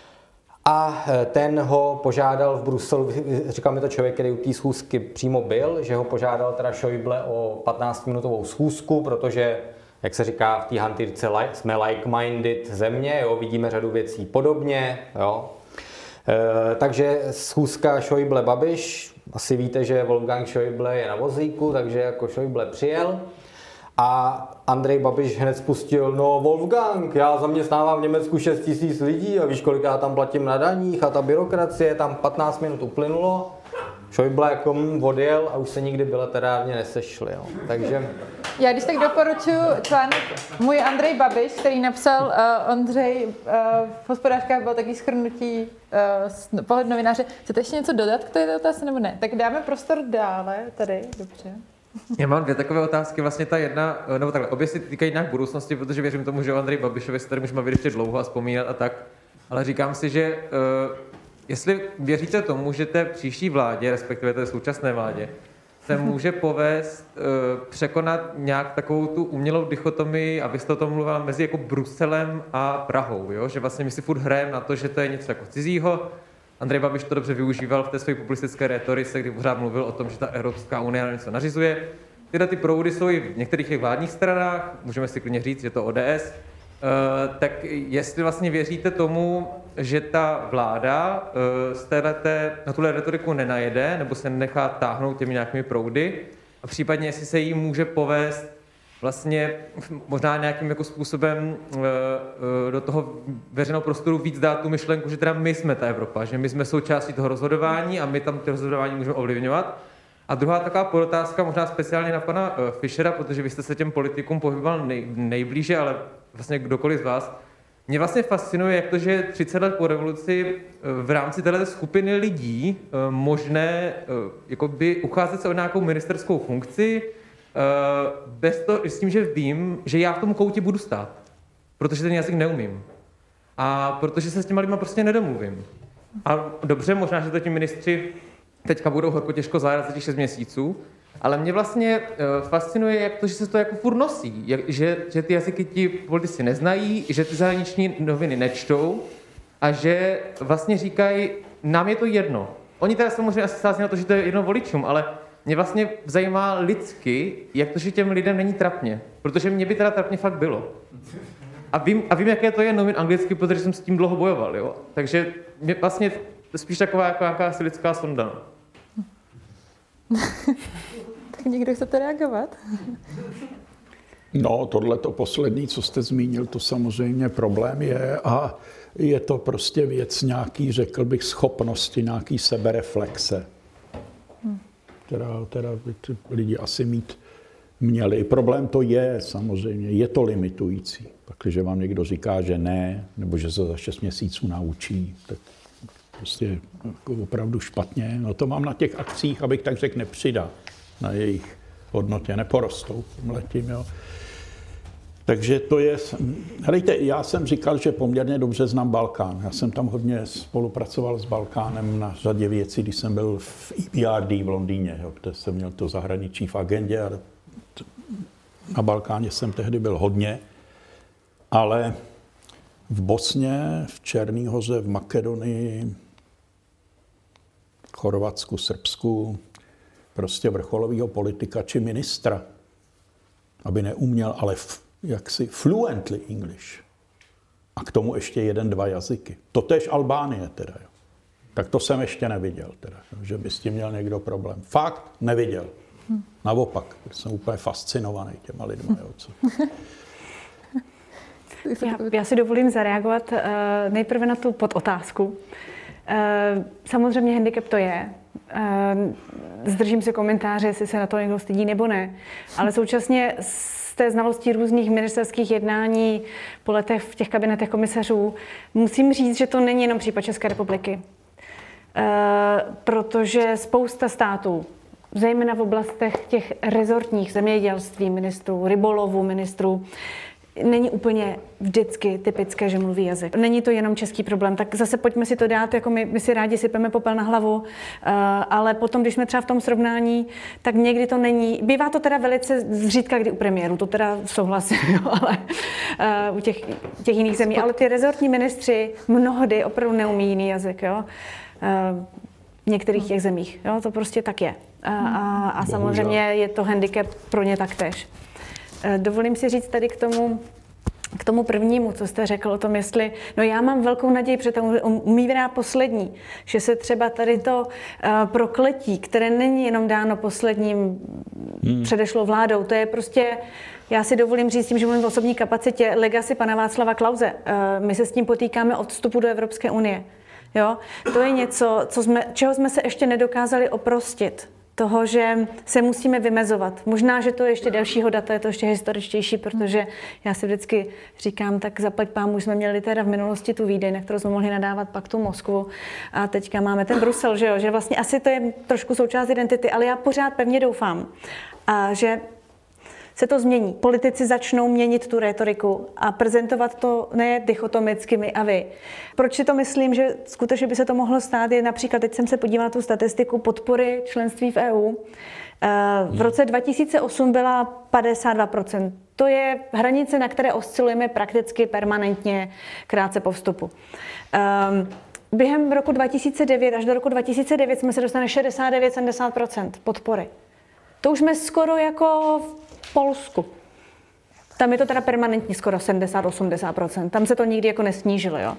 A ten ho požádal v Bruselu, říkal mi to člověk, který u té schůzky přímo byl, že ho požádal teda Schäuble o patnáctiminutovou schůzku, protože jak se říká v té hantýrce, jsme like-minded země, jo, vidíme řadu věcí podobně. Jo. E, takže schůzka Schäuble-Babiš, asi víte, že Wolfgang Schäuble je na vozíku, takže jako Schäuble přijel a Andrej Babiš hned spustil, no Wolfgang, já zaměstnávám v Německu šest tisíc lidí a víš, kolik já tam platím na daních a ta byrokracie, tam patnáct minut uplynulo. Schäuble jako odjel a už se nikdy bilaterálně nesešli. Jo. Takže... Já když tak doporučuji článek můj Andrej Babiš, který napsal uh, Ondřej, uh, v Hospodářkách bylo taky shrnutí uh, pohled novináře. Chcete ještě něco dodat k této otázce nebo ne? Tak dáme prostor dále, tady, dobře. Já mám dvě takové otázky, vlastně ta jedna, nebo takhle, obě si týkají nějak budoucnosti, protože věřím tomu, že o Andrej Babišovi se tady můžeme bavit ještě dlouho a vzpomínat a tak, ale říkám si, že uh, jestli věříte tomu, že té příští vládě, respektive té současné vládě, se může povést uh, překonat nějak takovou tu umělou dichotomii, a vy jste o tom mluvila, mezi jako Bruselem a Prahou, jo? Že vlastně my si furt hrajeme na to, že to je něco jako cizího. Andrej Babiš to dobře využíval v té své populistické rétorice, kdy pořád mluvil o tom, že ta Evropská unie něco nařizuje. tyhle ty proudy jsou i v některých těch vládních stranách, můžeme si klidně říct, že to O D S, uh, tak jestli vlastně věříte tomu, že ta vláda uh, z téhleté, na tuhle retoriku nenajede, nebo se nechá táhnout těmi nějakými proudy, a případně jestli se jí může povést vlastně možná nějakým jako způsobem uh, uh, do toho veřejného prostoru víc dát tu myšlenku, že teda my jsme ta Evropa, že my jsme součástí toho rozhodování a my tam ty rozhodování můžeme ovlivňovat. A druhá taková podotázka, možná speciálně na pana uh, Fischera, protože vy jste se těm politikům pohyboval nej, nejblíže, ale vlastně kdokoliv z vás. Mě vlastně fascinuje, jak to, že třicet let po revoluci v rámci této skupiny lidí uh, možné uh, jakoby ucházet se o nějakou ministerskou funkci, Uh, bez toho, s tím, že vím, že já v tom koutě budu stát, protože ten jazyk neumím. A protože se s těma lidma prostě nedomluvím. A dobře, možná, že to ti ministři teďka budou horko těžko zvládat za těch šest měsíců, ale mě vlastně uh, fascinuje, jak to, že se to jako furt nosí, jak, že, že ty jazyky ti politici neznají, že ty zahraniční noviny nečtou a že vlastně říkají, nám je to jedno. Oni teda samozřejmě asi sází na to, že to je jedno voličům, ale mě vlastně zajímá lidsky, jak to, že těm lidem není trapně. Protože mě by teda trapně fakt bylo. A vím, a vím, jaké to je novin anglicky, protože jsem s tím dlouho bojoval, jo. Takže mě vlastně spíš taková jako jakási lidská sonda. Tak někdo chcete reagovat? No, tohle to poslední, co jste zmínil, to samozřejmě problém je a je to prostě věc nějaký, řekl bych, schopnosti, nějaký sebereflexe. Která, která by ty lidi asi mít měli. Problém to je samozřejmě, je to limitující. Pak, když vám někdo říká, že ne, nebo že se za šest měsíců naučí, tak prostě jako opravdu špatně. No to mám na těch akcích, abych tak řekl, nepřidá. Na jejich hodnotě neporostou letím, jo. Takže to je... Helejte, já jsem říkal, že poměrně dobře znám Balkán. Já jsem tam hodně spolupracoval s Balkánem na řadě věcí, když jsem byl v E B R D v Londýně, jo, kde jsem měl to zahraničí v agendě, ale na Balkáně jsem tehdy byl hodně. Ale v Bosně, v Černý Hoře, v Makedonii, Chorvatsku, Srbsku, prostě vrcholového politika či ministra, aby neuměl, ale v jaksi fluently English. A k tomu ještě jeden, dva jazyky. Totéž Albánie teda, jo. Tak to jsem ještě neviděl teda, že by s tím měl někdo problém. Fakt neviděl. Hm. Naopak, jsem úplně fascinovaný těma lidma, jo. Co? Já, já si dovolím zareagovat uh, nejprve na tu podotázku. Uh, samozřejmě handicap to je. Uh, zdržím se komentáře, jestli se na to někdo stydí nebo ne. Ale současně z té znalosti různých ministerských jednání po letech v těch kabinetech komisařů musím říct, že to není jenom případ České republiky. Uh, protože spousta států, zejména v oblastech těch rezortních zemědělství ministrů, rybolovu ministrů, není úplně vždycky typické, že mluví jazyk. Není to jenom český problém, tak zase pojďme si to dát, jako my, my si rádi sypeme popel na hlavu, uh, ale potom, když jsme třeba v tom srovnání, tak někdy to není, bývá to teda velice zřídka kdy u premiéru, to teda souhlasím, jo, ale uh, u těch, těch jiných zemí, ale ty rezortní ministři mnohdy opravdu neumí jiný jazyk, jo. Uh, v některých těch zemích, jo, to prostě tak je. A, a, a samozřejmě je to handicap pro ně taktéž. Dovolím si říct tady k tomu, k tomu prvnímu, co jste řekl o tom, jestli, no já mám velkou naději, protože to umírá poslední, že se třeba tady to uh, prokletí, které není jenom dáno posledním hmm. předešlou vládou, to je prostě, já si dovolím říct tím, že mluvím v osobní kapacitě, legacy pana Václava Klause. Uh, my se s tím potýkáme od vstupu do Evropské unie. Jo? To je něco, co jsme, čeho jsme se ještě nedokázali oprostit. Toho, že se musíme vymezovat. Možná, že to je ještě delšího data, je to ještě historičtější, protože já si vždycky říkám, tak zaplať pámu, jsme měli teda v minulosti tu Vídeň, na kterou jsme mohli nadávat pak tu Moskvu a teďka máme ten Brusel, že jo, že vlastně asi to je trošku součást identity, ale já pořád pevně doufám, a že se to změní. Politici začnou měnit tu rétoriku a prezentovat to ne dichotomicky my a vy. Proč si to myslím, že skutečně by se to mohlo stát, je například, teď jsem se podívala tu statistiku podpory členství v E U. V roce dva tisíce osm byla padesát dva procent. To je hranice, na které oscilujeme prakticky permanentně krátce po vstupu. Během roku dva tisíce devět až do roku dva tisíce devět jsme se dostali šedesát devět až sedmdesát procent podpory. To už jsme skoro jako v Polsku. Tam je to teda permanentní skoro sedmdesát až osmdesát procent. Tam se to nikdy jako nesnížilo, jo.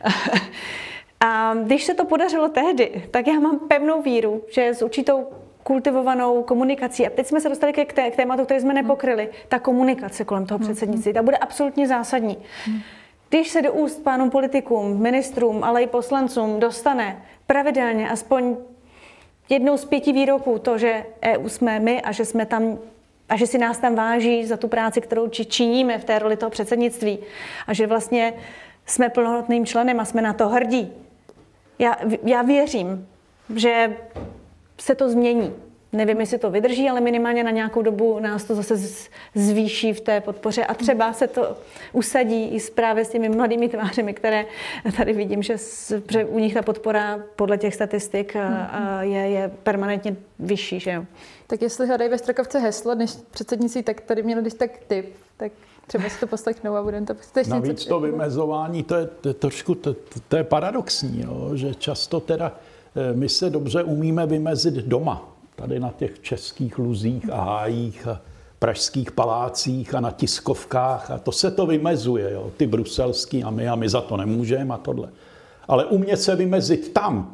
A když se to podařilo tehdy, tak já mám pevnou víru, že s určitou kultivovanou komunikací, a teď jsme se dostali k, té, k tématu, které jsme nepokryli, ta komunikace kolem toho předsednictví, ta bude absolutně zásadní. Když se do úst pánům politikům, ministrům, ale i poslancům dostane pravidelně aspoň jednou z pěti výroků to, že E U jsme my a že jsme tam a že si nás tam váží za tu práci, kterou činíme v té roli toho předsednictví a že vlastně jsme plnohodnotným členem a jsme na to hrdí. Já, já věřím, že se to změní. Nevím, jestli to vydrží, ale minimálně na nějakou dobu nás to zase zvýší v té podpoře a třeba se to usadí i právě s těmi mladými tvářemi, které tady vidím, že, že u nich ta podpora podle těch statistik je, je permanentně vyšší. Že jo? Tak jestli hledají ve Strakovce heslo než předsednictví, tak tady měl když tak tip, tak třeba si to poslechnou a budeme to přesně. Navíc to vymezování, to je, to je trošku, to, to je paradoxní, jo, že často teda my se dobře umíme vymezit doma, tady na těch českých luzích a hájích a pražských palácích a na tiskovkách a to se to vymezuje, jo, ty bruselský a my a my za to nemůžeme a tohle. Ale umět se vymezit tam,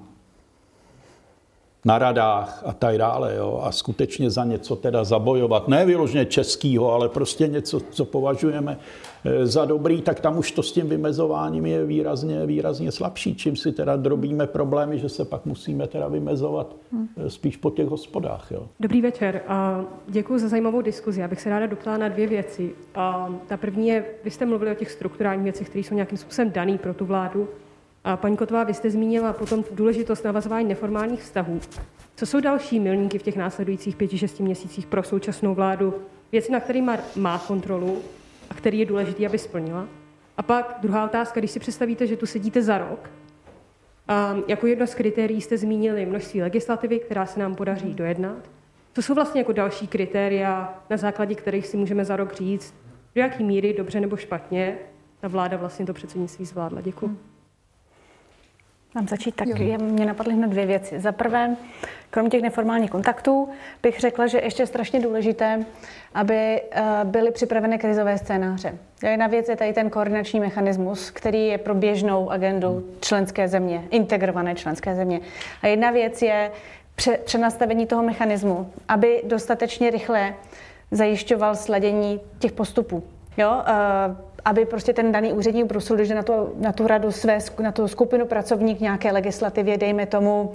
na radách a tak dále, jo, a skutečně za něco teda zabojovat, ne vyloženě českýho, ale prostě něco, co považujeme za dobrý, tak tam už to s tím vymezováním je výrazně, výrazně slabší, čím si teda drobíme problémy, že se pak musíme teda vymezovat spíš po těch hospodách. Jo. Dobrý večer. Děkuji za zajímavou diskuzi. Já bych se ráda doptala na dvě věci. Ta první je, vy jste mluvili o těch strukturálních věcech, které jsou nějakým způsobem daný pro tu vládu. A paní Kottová, vy jste zmínila potom důležitost navazování neformálních vztahů. Co jsou další milníky v těch následujících pěti, šesti měsících pro současnou vládu? Věci, na kterými má, má kontrolu a který je důležitý, aby splnila? A pak druhá otázka, když si představíte, že tu sedíte za rok, um, jako jedno z kritérií jste zmínili množství legislativy, která se nám podaří dojednat. Co jsou vlastně jako další kritéria, na základě kterých si můžeme za rok říct, do jaký míry, dobře nebo špatně, ta vláda vlastně to předsednictví zvládla? Děkuji. Mám začít, tak je, mě napadly hned dvě věci. Za prvé, krom těch neformálních kontaktů, bych řekla, že ještě je strašně důležité, aby byly připraveny krizové scénáře. Jedna věc je tady ten koordinační mechanismus, který je pro běžnou agendu členské země, integrované členské země. A jedna věc je přenastavení toho mechanismu, aby dostatečně rychle zajišťoval sladění těch postupů. Jo? Aby prostě ten daný úředník v Bruselu, když jde na tu, na tu radu své, na tu skupinu pracovník nějaké legislativě, dejme tomu,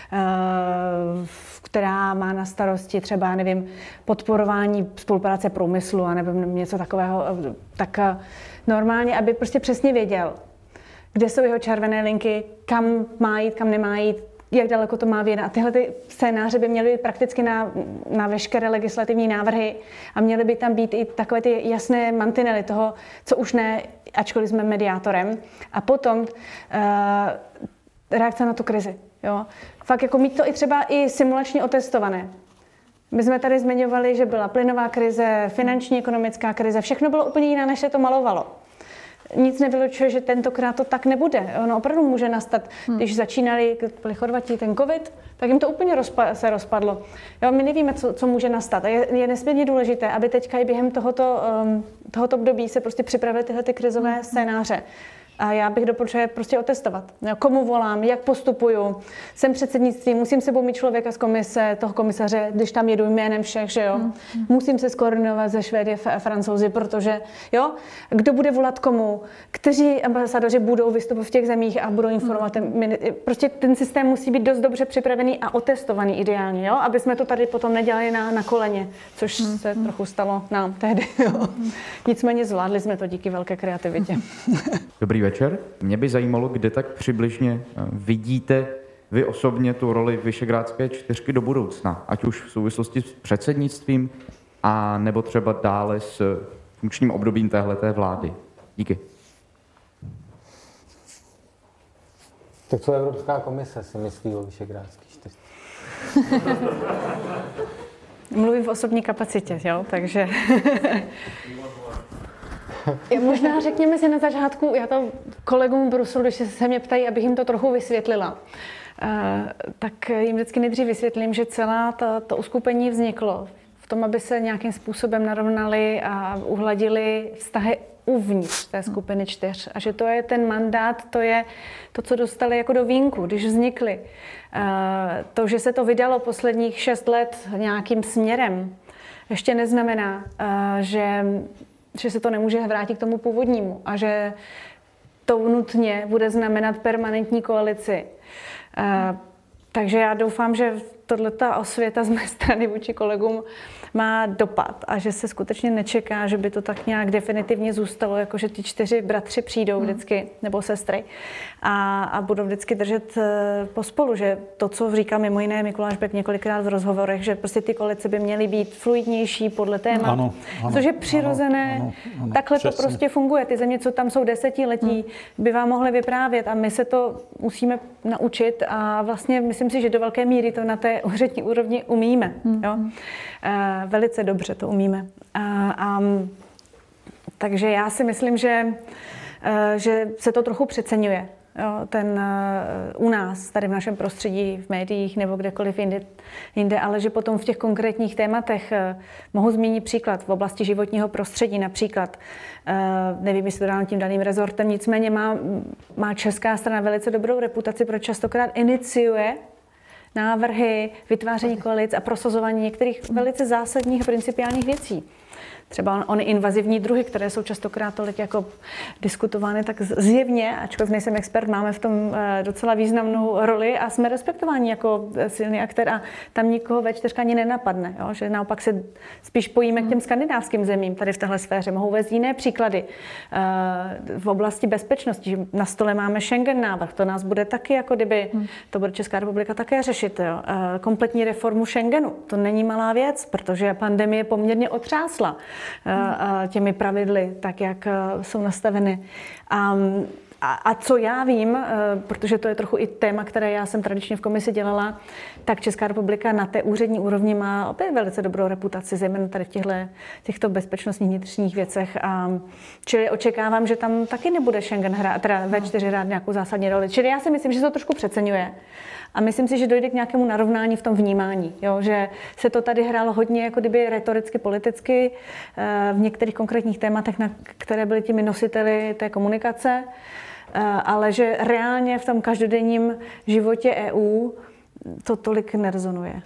která má na starosti třeba, nevím, podporování spolupráce průmyslu a nebo něco takového, tak normálně, aby prostě přesně věděl, kde jsou jeho červené linky, kam má jít, kam nemá jít, jak daleko to má vědět. A tyhle ty scénáře by měly být prakticky na, na veškeré legislativní návrhy a měly by tam být i takové ty jasné mantinely toho, co už ne, ačkoliv jsme mediátorem. A potom uh, reakce na tu krizi. Jo? Fakt jako mít to i třeba i simulačně otestované. My jsme tady zmiňovali, že byla plynová krize, finanční, ekonomická krize, všechno bylo úplně jiné, než se to malovalo. Nic nevylučuje, že tentokrát to tak nebude. Ono opravdu může nastat, hmm. když začínali byli Chorvati ten covid, tak jim to úplně rozpa- se rozpadlo. Jo, my nevíme, co, co může nastat. A je, je nesmírně důležité, aby teďka i během tohoto, um, tohoto období se prostě připravily tyhle ty krizové hmm. scénáře. A já bych doporučila prostě otestovat. Komu volám, jak postupuju, jsem předsednictví, musím sebou mít člověka z komise, toho komisaře, když tam jedu jménem všech, že jo. Mm. Musím se skoordinovat ze Švédy a Francouzi, protože, jo, kdo bude volat komu, kteří ambasadoři budou vystupovat v těch zemích a budou informovat. Mm. Prostě ten systém musí být dost dobře připravený a otestovaný ideálně, jo, aby jsme to tady potom nedělali na, na koleně, což mm. se trochu stalo nám tehdy, jo. Mm. Nicméně zvládli jsme to díky velké kreativitě. Dobrý večer. Mě by zajímalo, kde tak přibližně vidíte vy osobně tu roli Visegrádské čtyřky do budoucna, ať už v souvislosti s předsednictvím, a nebo třeba dále s funkčním obdobím téhleté vlády. Díky. Tak co Evropská komise si myslí o Visegrádské čtyřce? Mluvím v osobní kapacitě, jo, takže... Možná řekněme si na začátku, já to kolegům v Bruselu, když se mě ptají, abych jim to trochu vysvětlila, tak jim vždycky nejdřív vysvětlím, že celá ta, to uskupení vzniklo tom, aby se nějakým způsobem narovnaly a uhladily vztahy uvnitř té skupiny čtyř. A že to je ten mandát, to je to, co dostali jako do vínku, když vznikly. To, že se to vydalo posledních šest let nějakým směrem, ještě neznamená, že, že se to nemůže vrátit k tomu původnímu a že to nutně bude znamenat permanentní koalici. Takže já doufám, že tato osvěta z mé strany vůči kolegům má dopad a že se skutečně nečeká, že by to tak nějak definitivně zůstalo, jako že ti čtyři bratři přijdou vždycky, nebo sestry, a, a budou vždycky držet pospolu, že to, co říká mimo jiné Mikuláš Bek několikrát v rozhovorech, že prostě ty koalice by měly být fluidnější podle témat, ano, ano, což je přirozené, ano, ano, ano, takhle přesně. to prostě funguje. Ty země, co tam jsou desetiletí, hmm. by vám mohly vyprávět a my se to musíme naučit a vlastně myslím si, že do velké míry to na té úřední úrovni umíme. Hmm. Jo? Uh, velice dobře to umíme. Uh, um, takže já si myslím, že, uh, že se to trochu přeceňuje. Jo, ten uh, u nás, tady v našem prostředí, v médiích nebo kdekoliv jinde, jinde, ale že potom v těch konkrétních tématech uh, mohu zmínit příklad v oblasti životního prostředí například. Uh, nevím, jestli to dám tím daným rezortem, nicméně má, má česká strana velice dobrou reputaci, protože častokrát iniciuje návrhy, vytváření koalic a prosazování některých velice zásadních a principiálních věcí. Třeba ony invazivní druhy, které jsou častokrát tolik jako diskutovány, tak zjevně, ačkoliv nejsem expert, máme v tom docela významnou roli a jsme respektováni jako silný aktér a tam nikoho vé čtyřka ani nenapadne. Jo? Že naopak se spíš pojíme k těm skandinávským zemím tady v téhle sféře. Mohou vést jiné příklady. V oblasti bezpečnosti, že na stole máme Schengen návrh, to nás bude taky, jako kdyby to bude Česká republika také řešit. Jo? Kompletní reformu Schengenu, to není malá věc, protože pandemie poměrně otřásla těmi pravidly, tak jak jsou nastaveny. A, a, a co já vím, protože to je trochu i téma, které já jsem tradičně v komisi dělala, tak Česká republika na té úřední úrovni má opět velice dobrou reputaci, zejména tady v těchto, těchto bezpečnostních vnitřních věcech. A, čili očekávám, že tam taky nebude Schengen hrát, teda vé čtyři hrát nějakou zásadní roli. Čili já si myslím, že se to trošku přeceňuje. A myslím si, že dojde k nějakému narovnání v tom vnímání, jo? Že se to tady hrálo hodně jako kdyby retoricky, politicky v některých konkrétních tématech, na které byly těmi nositeli té komunikace, ale že reálně v tom každodenním životě E U to tolik nerezonuje.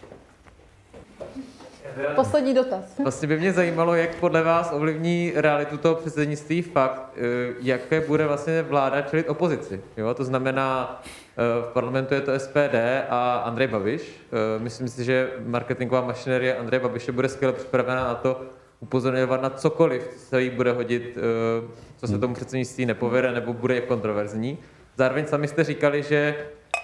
Poslední dotaz. Vlastně by mě zajímalo, jak podle vás ovlivní realitu toho předsednictví fakt, jaké bude vlastně vláda čelit opozici. Jo? To znamená, v parlamentu je to S P D a Andrej Babiš. Myslím si, že marketingová mašinerie Andreje Babiše bude skvěle připravena na to upozorňovat na cokoliv, co jí bude hodit, co se tomu předsednictví nepovede nebo bude kontroverzní. Zároveň sami jste říkali, že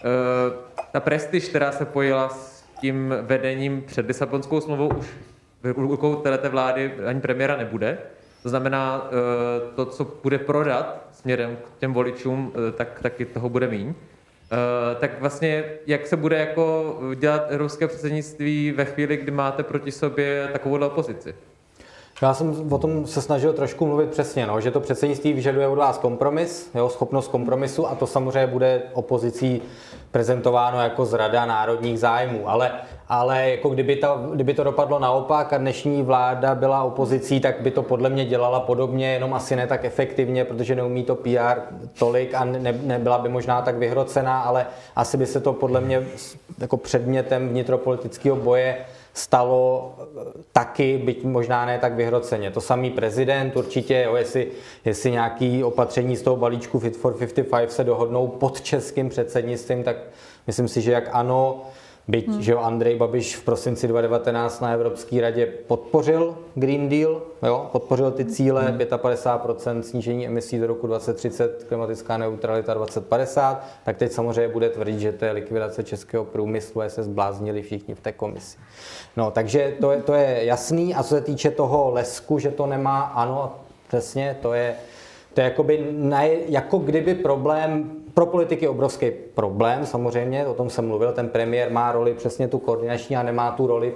ta prestiž, která se pojila s tím vedením před Lisabonskou smlouvou, už v rukou této vlády ani premiéra nebude. To znamená, to, co bude prodat směrem k těm voličům, tak taky toho bude míň. Tak vlastně, jak se bude jako dělat evropské předsednictví ve chvíli, kdy máte proti sobě takovouhle opozici? Já jsem o tom se snažil trošku mluvit přesně, no, že to předsednictví vyžaduje od vás kompromis, jo, schopnost kompromisu a to samozřejmě bude opozicí prezentováno jako zrada národních zájmů, ale, ale jako kdyby, ta, kdyby to dopadlo naopak a dnešní vláda byla opozicí, tak by to podle mě dělala podobně, jenom asi ne tak efektivně, protože neumí to P R tolik a ne, nebyla by možná tak vyhrocená, ale asi by se to podle mě jako předmětem vnitropolitického boje stalo taky, byť možná ne tak vyhroceně. To samý prezident určitě, jo, jestli, jestli nějaké opatření z toho balíčku Fit for padesát pět se dohodnou pod českým předsednictvím, tak myslím si, že jak ano, byť, hmm. že jo, Andrej Babiš v prosinci dva tisíce devatenáct na Evropské radě podpořil Green Deal, jo, podpořil ty cíle hmm. padesát pět procent snížení emisí do roku dvacet třicet, klimatická neutralita dvacet padesát, tak teď samozřejmě bude tvrdit, že to je likvidace českého průmyslu, a se zbláznili všichni v té komisi. No, takže to je, to je jasný. A co se týče toho lesku, že to nemá, ano, přesně, to je, to je jakoby ne, jako kdyby problém, pro politiky obrovský problém, samozřejmě, o tom jsem mluvil, ten premiér má roli přesně tu koordinační a nemá tu roli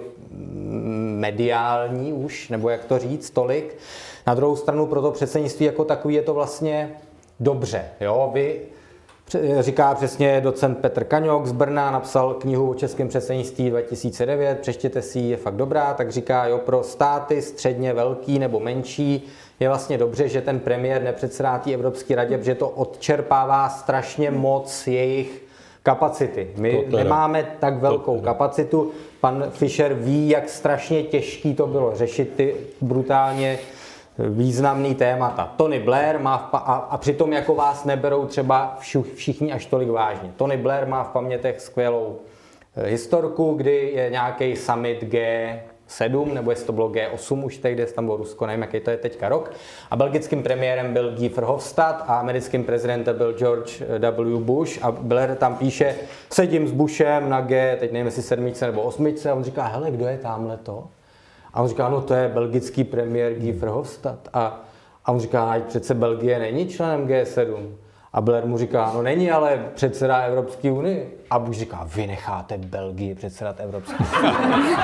mediální už, nebo jak to říct, tolik. Na druhou stranu pro to předsednictví jako takový je to vlastně dobře, jo, vy Říká přesně docent Petr Kaňok z Brna, napsal knihu o českém předsednictví dva tisíce devět, přečtěte si ji, je fakt dobrá, tak říká, jo, pro státy středně velký nebo menší je vlastně dobře, že ten premiér nepředsedá té Evropské radě, protože to odčerpává strašně moc jejich kapacity. My nemáme tak velkou kapacitu. Pan Fischer ví, jak strašně těžký to bylo řešit ty brutálně významný témata. Tony Blair má v pa- a, a přitom jako vás neberou třeba všichni až tolik vážně. Tony Blair má v pamětech skvělou historku, kdy je nějaký summit G sedm, nebo jestli to bylo G osm už tehdy, tam bylo Rusko, nevím, jaký to je teďka rok. A belgickým premiérem byl Guy Verhofstadt a americkým prezidentem byl George W. Bush. A Blair tam píše, sedím s Bushem na G, teď nevím, jestli sedmičce nebo osmičce, a on říká, hele, kdo je tamhle to? A on říká, no to je belgický premiér Guy Verhofstadt. A, a on říká, ať přece Belgie není členem G sedm. A Blair mu říká, no není, ale předsedá Evropské unii. A Bush říká, vy necháte Belgii předsedat Evropské unii.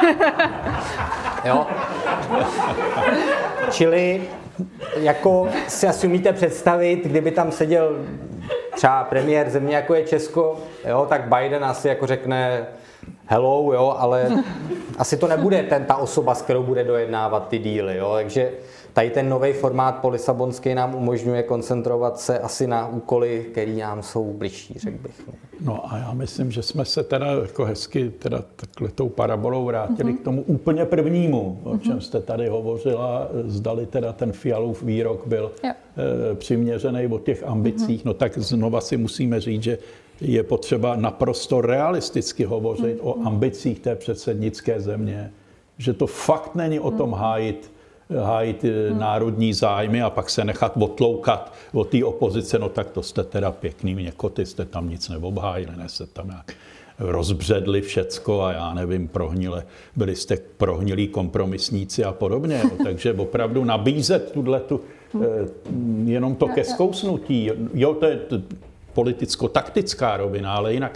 Jo? Čili jako si asi umíte představit, kdyby tam seděl třeba premiér země, jako je Česko, jo, tak Biden asi jako řekne hello, jo, ale asi to nebude ten, ta osoba, s kterou bude dojednávat ty díly, jo, takže tady ten nový formát polisabonský nám umožňuje koncentrovat se asi na úkoly, které nám jsou bližší, řekl bych. No a já myslím, že jsme se teda jako hezky teda takhle tou parabolou vrátili mm-hmm. k tomu úplně prvnímu, o čem jste tady hovořila, zdali teda ten Fialův výrok byl e, přiměřený o těch ambicích, mm-hmm. no tak znova si musíme říct, že je potřeba naprosto realisticky hovořit mm-hmm. o ambicích té předsednické země, že to fakt není o tom hájit hájit hmm. národní zájmy a pak se nechat otloukat od té opozice, no tak to jste teda pěkný měkoty, jste tam nic neobhájili, ne, jste tam nějak rozbředli všecko a já nevím, prohnile, byli jste prohnilí kompromisníci a podobně. No, takže opravdu nabízet tuhletu, hmm. jenom to ke zkousnutí, jo, to je politicko-taktická rovina, ale jinak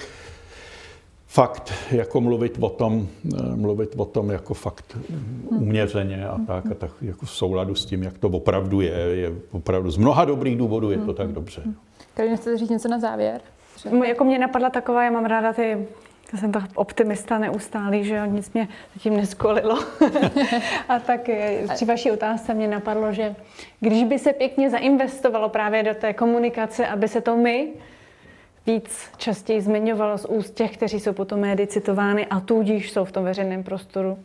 fakt, jako mluvit o tom, mluvit o tom jako fakt uměřeně a tak, a tak jako v souladu s tím, jak to opravdu je, je opravdu z mnoha dobrých důvodů je to tak dobře. Karolína, chcete říct něco na závěr? Třeba. Jako mě napadla taková, já mám ráda ty, já jsem tak optimista neustálý, že jo, nic mě zatím neskolilo. A tak při vaší otázce mě napadlo, že když by se pěkně zainvestovalo právě do té komunikace, aby se to my víc častěji zmiňovalo z úst těch, kteří jsou potom médii citovány a tudíž jsou v tom veřejném prostoru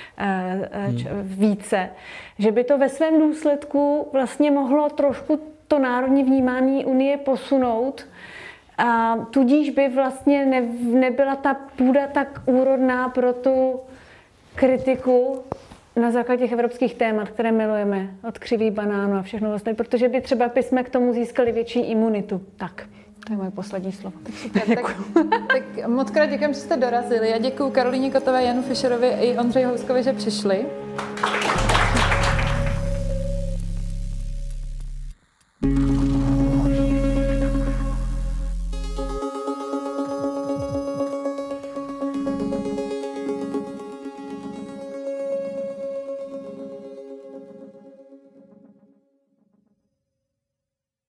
č- více. Že by to ve svém důsledku vlastně mohlo trošku to národní vnímání Unie posunout a tudíž by vlastně ne, nebyla ta půda tak úrodná pro tu kritiku na základě těch evropských témat, které milujeme, od křivý banánu a všechno vlastně, protože by třeba jsme k tomu získali větší imunitu. Tak. To je moje poslední slovo. Tak super, tak, tak moc krát děkujem, že jste dorazili. Já děkuju Karolíně Kotové, Janu Fischerovi i Ondřeji Houskovi, že přišli.